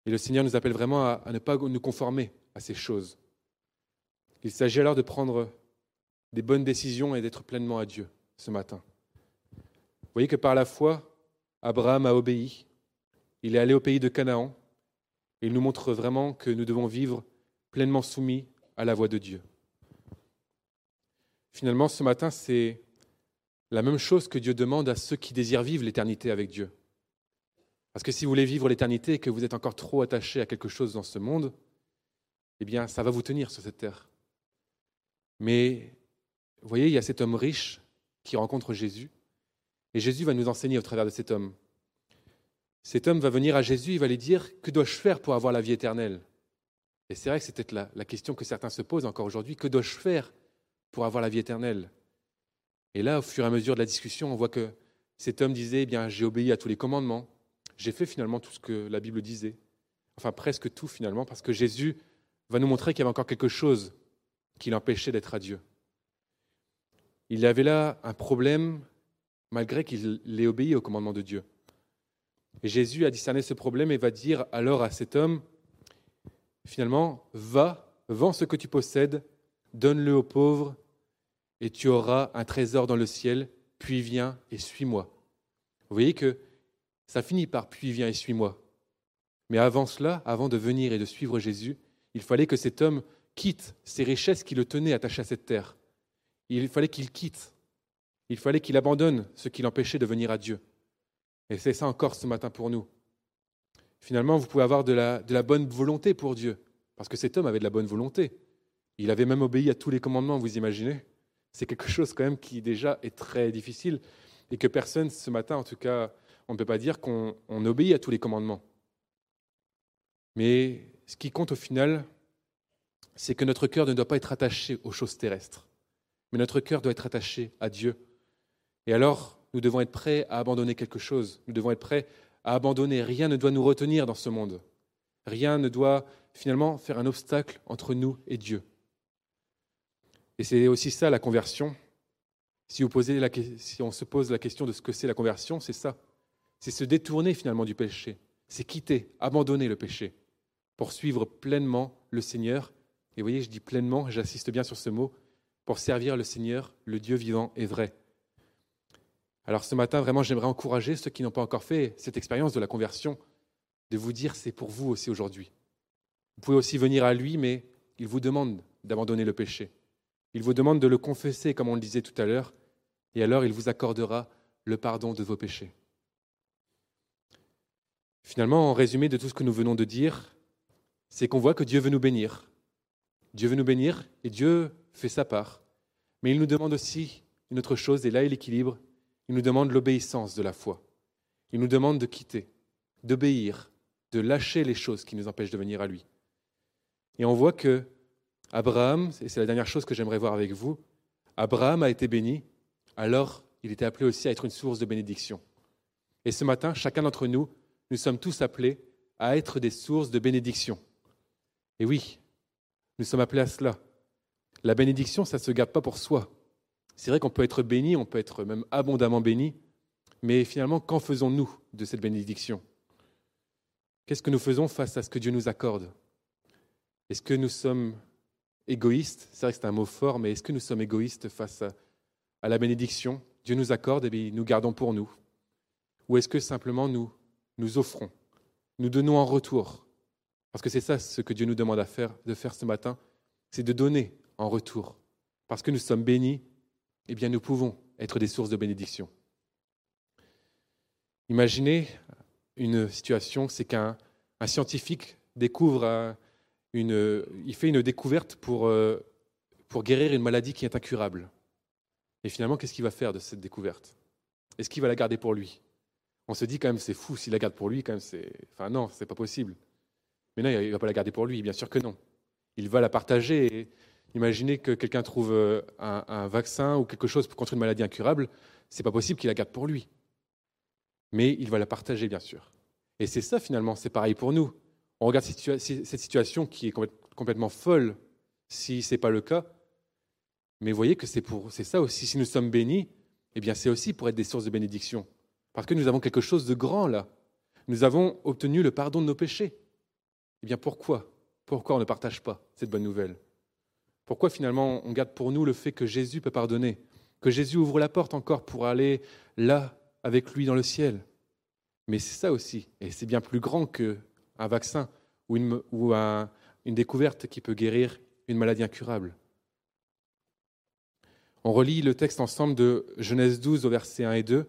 Et le Seigneur nous appelle vraiment à, à ne pas nous conformer à ces choses. Il s'agit alors de prendre des bonnes décisions et d'être pleinement à Dieu ce matin. Vous voyez que par la foi, Abraham a obéi. Il est allé au pays de Canaan. Et il nous montre vraiment que nous devons vivre pleinement soumis à la voix de Dieu. Finalement, ce matin, c'est la même chose que Dieu demande à ceux qui désirent vivre l'éternité avec Dieu. Parce que si vous voulez vivre l'éternité et que vous êtes encore trop attaché à quelque chose dans ce monde, eh bien, ça va vous tenir sur cette terre. Mais, vous voyez, il y a cet homme riche qui rencontre Jésus, et Jésus va nous enseigner au travers de cet homme. Cet homme va venir à Jésus, il va lui dire « Que dois-je faire pour avoir la vie éternelle ?» Et c'est vrai que c'est peut-être la, la question que certains se posent encore aujourd'hui. Que dois-je faire pour avoir la vie éternelle ? Et là, au fur et à mesure de la discussion, on voit que cet homme disait eh « bien, j'ai obéi à tous les commandements. J'ai fait finalement tout ce que la Bible disait. » Enfin, presque tout finalement, parce que Jésus va nous montrer qu'il y avait encore quelque chose qui l'empêchait d'être à Dieu. Il avait là un problème, malgré qu'il ait obéi au commandement de Dieu. Et Jésus a discerné ce problème et va dire alors à cet homme, finalement, va, vends ce que tu possèdes, donne-le aux pauvres, et tu auras un trésor dans le ciel, puis viens et suis-moi. Vous voyez que ça finit par puis viens et suis-moi. Mais avant cela, avant de venir et de suivre Jésus, il fallait que cet homme quitte ces richesses qui le tenaient attaché à cette terre. Il fallait qu'il quitte. Il fallait qu'il abandonne ce qui l'empêchait de venir à Dieu. Et c'est ça encore ce matin pour nous. Finalement, vous pouvez avoir de la, de la bonne volonté pour Dieu, parce que cet homme avait de la bonne volonté. Il avait même obéi à tous les commandements, vous imaginez ? C'est quelque chose quand même qui déjà est très difficile et que personne ce matin, en tout cas, on ne peut pas dire qu'on on obéit à tous les commandements. Mais ce qui compte au final, c'est que notre cœur ne doit pas être attaché aux choses terrestres, mais notre cœur doit être attaché à Dieu. Et alors, nous devons être prêts à abandonner quelque chose. Nous devons être prêts à abandonner. Rien ne doit nous retenir dans ce monde. Rien ne doit finalement faire un obstacle entre nous et Dieu. Et c'est aussi ça la conversion. Si, vous posez la, si on se pose la question de ce que c'est la conversion, c'est ça. C'est se détourner finalement du péché. C'est quitter, abandonner le péché pour suivre pleinement le Seigneur. Et vous voyez, je dis pleinement, j'insiste bien sur ce mot, pour servir le Seigneur, le Dieu vivant et vrai. Alors ce matin, vraiment, j'aimerais encourager ceux qui n'ont pas encore fait cette expérience de la conversion, de vous dire c'est pour vous aussi aujourd'hui. Vous pouvez aussi venir à lui, mais il vous demande d'abandonner le péché. Il vous demande de le confesser, comme on le disait tout à l'heure, et alors il vous accordera le pardon de vos péchés. Finalement, en résumé de tout ce que nous venons de dire, c'est qu'on voit que Dieu veut nous bénir. Dieu veut nous bénir et Dieu fait sa part. Mais il nous demande aussi une autre chose, et là est l'équilibre. Il nous demande l'obéissance de la foi. Il nous demande de quitter, d'obéir, de lâcher les choses qui nous empêchent de venir à lui. Et on voit que Abraham, et c'est la dernière chose que j'aimerais voir avec vous, Abraham a été béni, alors il était appelé aussi à être une source de bénédiction. Et ce matin, chacun d'entre nous, nous sommes tous appelés à être des sources de bénédiction. Et oui, nous sommes appelés à cela. La bénédiction, ça ne se garde pas pour soi. C'est vrai qu'on peut être béni, on peut être même abondamment béni, mais finalement, qu'en faisons-nous de cette bénédiction ? Qu'est-ce que nous faisons face à ce que Dieu nous accorde ? Est-ce que nous sommes égoïstes ? C'est vrai que c'est un mot fort, mais est-ce que nous sommes égoïstes face à, à la bénédiction ? Dieu nous accorde et bien nous gardons pour nous. Ou est-ce que simplement nous nous offrons, nous donnons en retour ? Parce que c'est ça ce que Dieu nous demande à faire, de faire ce matin, c'est de donner en retour. Parce que nous sommes bénis, eh bien nous pouvons être des sources de bénédiction. Imaginez une situation, c'est qu'un un scientifique découvre une, il fait une découverte pour, pour guérir une maladie qui est incurable. Et finalement, qu'est-ce qu'il va faire de cette découverte ? Est-ce qu'il va la garder pour lui ? On se dit quand même, c'est fou, s'il la garde pour lui, quand même, c'est... Enfin non, c'est pas possible. Mais non, il ne va pas la garder pour lui, bien sûr que non. Il va la partager. Et imaginez que quelqu'un trouve un, un vaccin ou quelque chose contre une maladie incurable, c'est pas possible qu'il la garde pour lui. Mais il va la partager, bien sûr. Et c'est ça, finalement, c'est pareil pour nous. On regarde cette, situa- cette situation qui est complètement folle, si ce n'est pas le cas. Mais vous voyez que c'est, pour, c'est ça aussi. Si nous sommes bénis, eh bien, c'est aussi pour être des sources de bénédiction. Parce que nous avons quelque chose de grand, là. Nous avons obtenu le pardon de nos péchés. Eh bien pourquoi Pourquoi on ne partage pas cette bonne nouvelle? Pourquoi finalement on garde pour nous le fait que Jésus peut pardonner, que Jésus ouvre la porte encore pour aller là avec lui dans le ciel? Mais c'est ça aussi, et c'est bien plus grand qu'un vaccin ou, une, ou un, une découverte qui peut guérir une maladie incurable. On relit le texte ensemble de Genèse douze au verset un et deux,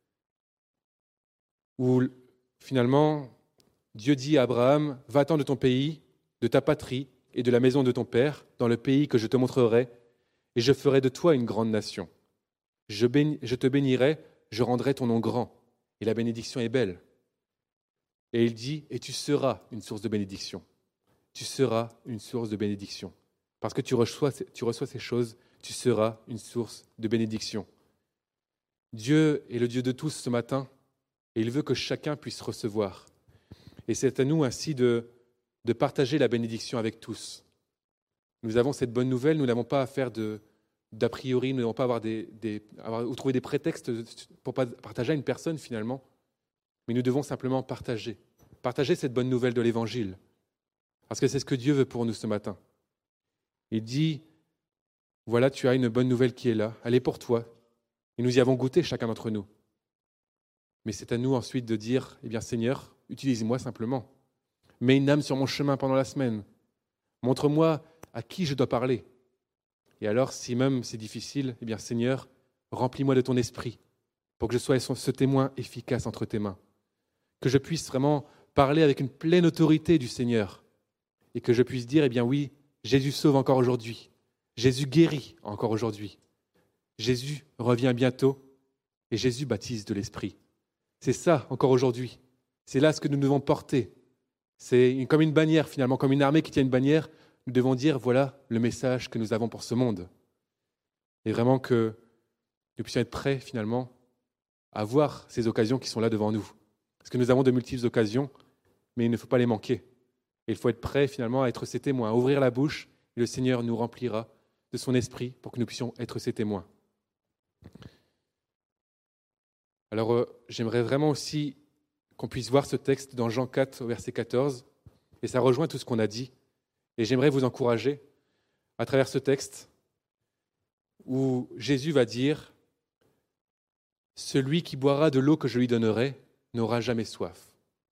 où finalement Dieu dit à Abraham, « Va-t'en de ton pays, de ta patrie et de la maison de ton père, dans le pays que je te montrerai, et je ferai de toi une grande nation. Je, béni, je te bénirai, je rendrai ton nom grand, et la bénédiction est belle. » Et il dit, « Et tu seras une source de bénédiction. Tu seras une source de bénédiction. Parce que tu reçois, tu reçois ces choses, tu seras une source de bénédiction. » Dieu est le Dieu de tous ce matin, et il veut que chacun puisse recevoir. Et c'est à nous ainsi de, de partager la bénédiction avec tous. Nous avons cette bonne nouvelle, nous n'avons pas à faire de, d'a priori, nous n'avons pas à avoir des, des, avoir, ou trouver des prétextes pour pas partager à une personne finalement, mais nous devons simplement partager, partager cette bonne nouvelle de l'Évangile, parce que c'est ce que Dieu veut pour nous ce matin. Il dit, voilà, tu as une bonne nouvelle qui est là, elle est pour toi, et nous y avons goûté chacun d'entre nous. Mais c'est à nous ensuite de dire, eh bien Seigneur, utilise-moi simplement. Mets une âme sur mon chemin pendant la semaine. Montre-moi à qui je dois parler. Et alors, si même c'est difficile, eh bien Seigneur, remplis-moi de ton esprit pour que je sois ce témoin efficace entre tes mains. Que je puisse vraiment parler avec une pleine autorité du Seigneur et que je puisse dire, eh bien oui, Jésus sauve encore aujourd'hui. Jésus guérit encore aujourd'hui. Jésus revient bientôt et Jésus baptise de l'Esprit. C'est ça encore aujourd'hui. C'est là ce que nous devons porter. C'est comme une bannière finalement, comme une armée qui tient une bannière. Nous devons dire, voilà le message que nous avons pour ce monde. Et vraiment que nous puissions être prêts finalement à voir ces occasions qui sont là devant nous. Parce que nous avons de multiples occasions, mais il ne faut pas les manquer. Et il faut être prêt finalement à être ses témoins, à ouvrir la bouche, et le Seigneur nous remplira de son esprit pour que nous puissions être ses témoins. Alors euh, j'aimerais vraiment aussi qu'on puisse voir ce texte dans Jean quatre, au verset quatorze, et ça rejoint tout ce qu'on a dit. Et j'aimerais vous encourager à travers ce texte où Jésus va dire « Celui qui boira de l'eau que je lui donnerai n'aura jamais soif.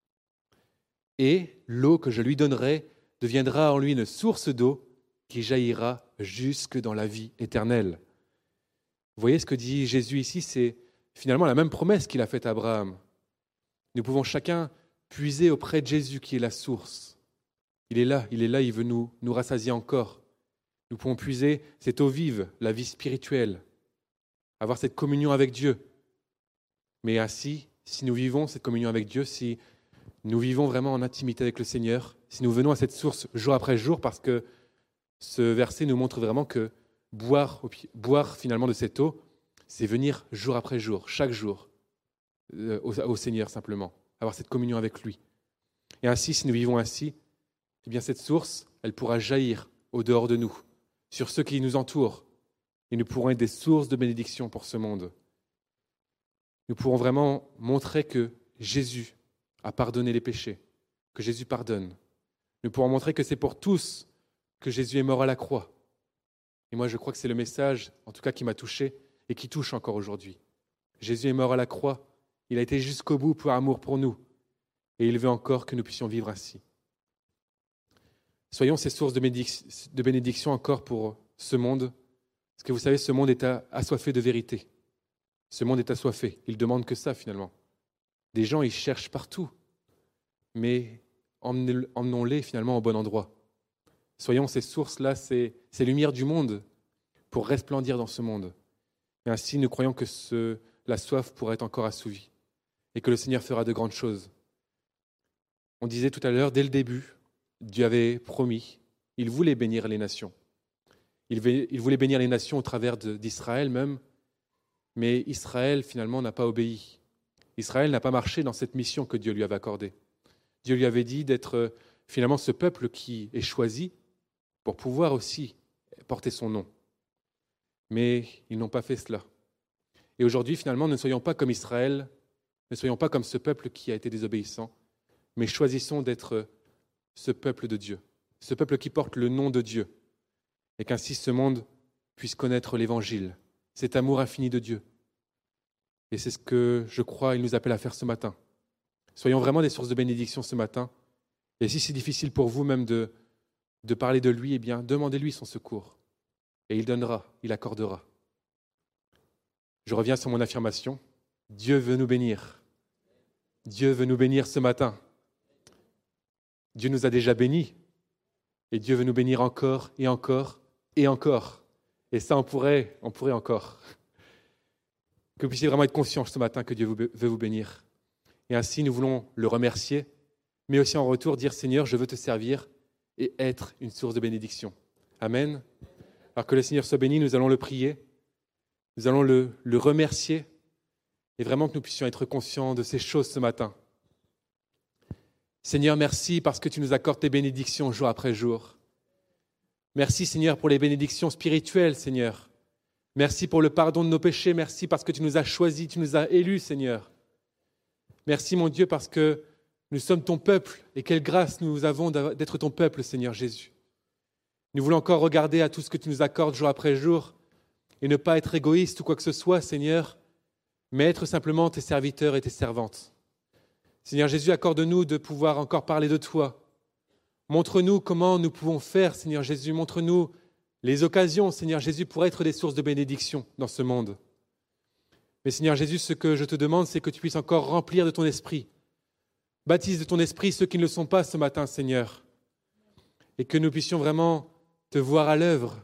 Et l'eau que je lui donnerai deviendra en lui une source d'eau qui jaillira jusque dans la vie éternelle. » Vous voyez ce que dit Jésus ici, c'est finalement la même promesse qu'il a faite à Abraham. Nous pouvons chacun puiser auprès de Jésus qui est la source. Il est là, il est là, il veut nous, nous rassasier encore. Nous pouvons puiser cette eau vive, la vie spirituelle, avoir cette communion avec Dieu. Mais ainsi, si nous vivons cette communion avec Dieu, si nous vivons vraiment en intimité avec le Seigneur, si nous venons à cette source jour après jour, parce que ce verset nous montre vraiment que boire, boire finalement de cette eau, c'est venir jour après jour, chaque jour, euh, au, au Seigneur simplement, avoir cette communion avec lui. Et ainsi, si nous vivons ainsi, eh bien cette source, elle pourra jaillir au dehors de nous, sur ceux qui nous entourent, et nous pourrons être des sources de bénédiction pour ce monde. Nous pourrons vraiment montrer que Jésus a pardonné les péchés, que Jésus pardonne. Nous pourrons montrer que c'est pour tous que Jésus est mort à la croix. Et moi, je crois que c'est le message, en tout cas, qui m'a touché et qui touche encore aujourd'hui. Jésus est mort à la croix, il a été jusqu'au bout pour amour pour nous, et il veut encore que nous puissions vivre ainsi. Soyons ces sources de bénédiction encore pour ce monde, parce que vous savez, ce monde est assoiffé de vérité. Ce monde est assoiffé, il ne demande que ça finalement. Des gens, ils cherchent partout, mais emmenons-les finalement au bon endroit. Soyons ces sources-là, ces, ces lumières du monde pour resplendir dans ce monde. Et ainsi, nous croyons que ce, la soif pourra être encore assouvie et que le Seigneur fera de grandes choses. On disait tout à l'heure, dès le début, Dieu avait promis, il voulait bénir les nations. Il voulait bénir les nations au travers de, d'Israël même, mais Israël finalement n'a pas obéi. Israël n'a pas marché dans cette mission que Dieu lui avait accordée. Dieu lui avait dit d'être finalement ce peuple qui est choisi pour pouvoir aussi porter son nom. Mais ils n'ont pas fait cela. Et aujourd'hui, finalement, ne soyons pas comme Israël, ne soyons pas comme ce peuple qui a été désobéissant, mais choisissons d'être ce peuple de Dieu, ce peuple qui porte le nom de Dieu, et qu'ainsi ce monde puisse connaître l'Évangile, cet amour infini de Dieu. Et c'est ce que je crois il nous appelle à faire ce matin. Soyons vraiment des sources de bénédiction ce matin. Et si c'est difficile pour vous même de, de parler de lui, eh bien, demandez-lui son secours. Et il donnera, il accordera. Je reviens sur mon affirmation. Dieu veut nous bénir. Dieu veut nous bénir ce matin. Dieu nous a déjà bénis. Et Dieu veut nous bénir encore et encore et encore. Et ça, on pourrait, on pourrait encore. Que vous puissiez vraiment être conscients ce matin que Dieu veut vous bénir. Et ainsi, nous voulons le remercier, mais aussi en retour dire « Seigneur, je veux te servir et être une source de bénédiction. » Amen. Alors que le Seigneur soit béni, nous allons le prier, nous allons le, le remercier et vraiment que nous puissions être conscients de ces choses ce matin. Seigneur, merci parce que tu nous accordes tes bénédictions jour après jour. Merci Seigneur pour les bénédictions spirituelles, Seigneur. Merci pour le pardon de nos péchés, merci parce que tu nous as choisis, tu nous as élus, Seigneur. Merci mon Dieu parce que nous sommes ton peuple et quelle grâce nous avons d'être ton peuple, Seigneur Jésus. Nous voulons encore regarder à tout ce que tu nous accordes jour après jour et ne pas être égoïste ou quoi que ce soit, Seigneur, mais être simplement tes serviteurs et tes servantes. Seigneur Jésus, accorde-nous de pouvoir encore parler de toi. Montre-nous comment nous pouvons faire, Seigneur Jésus. Montre-nous les occasions, Seigneur Jésus, pour être des sources de bénédiction dans ce monde. Mais Seigneur Jésus, ce que je te demande, c'est que tu puisses encore remplir de ton esprit. Baptise de ton esprit ceux qui ne le sont pas ce matin, Seigneur. Et que nous puissions vraiment te voir à l'œuvre.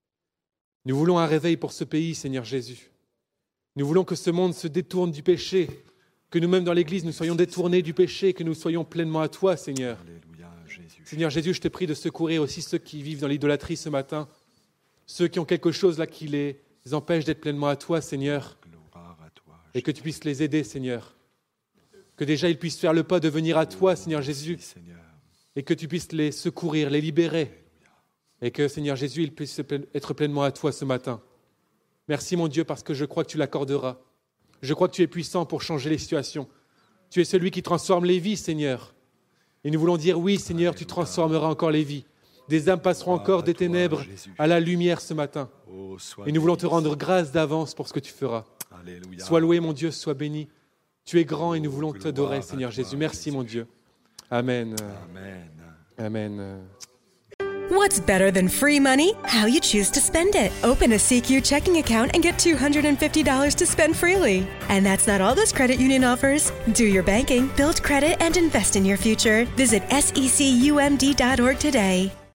Nous voulons un réveil pour ce pays, Seigneur Jésus. Nous voulons que ce monde se détourne du péché, que nous-mêmes dans l'Église, nous soyons détournés du péché, que nous soyons pleinement à toi, Seigneur. Alléluia, Jésus. Seigneur Jésus, je te prie de secourir aussi ceux qui vivent dans l'idolâtrie ce matin, ceux qui ont quelque chose là qui les empêche d'être pleinement à toi, Seigneur, À toi, et que tu puisses les aider, Seigneur. Que déjà ils puissent faire le pas de venir à toi, Seigneur Jésus, Merci, Seigneur. et que tu puisses les secourir, les libérer, et que, Seigneur Jésus, ils puissent être pleinement à toi ce matin. Merci, mon Dieu, parce que je crois que tu l'accorderas. Je crois que tu es puissant pour changer les situations. Tu es celui qui transforme les vies, Seigneur. Et nous voulons dire, oui, Seigneur, tu transformeras encore les vies. Des âmes passeront encore des ténèbres à la lumière ce matin. Et nous voulons te rendre grâce d'avance pour ce que tu feras. Alléluia. Sois loué, mon Dieu, sois béni. Tu es grand et nous voulons t'adorer, Seigneur Jésus. Merci, mon Dieu. Amen. Amen. Amen. What's better than free money? How you choose to spend it. Open a C Q checking account and get two hundred fifty dollars to spend freely. And that's not all this credit union offers. Do your banking, build credit, and invest in your future. Visit S E C U M D dot org today.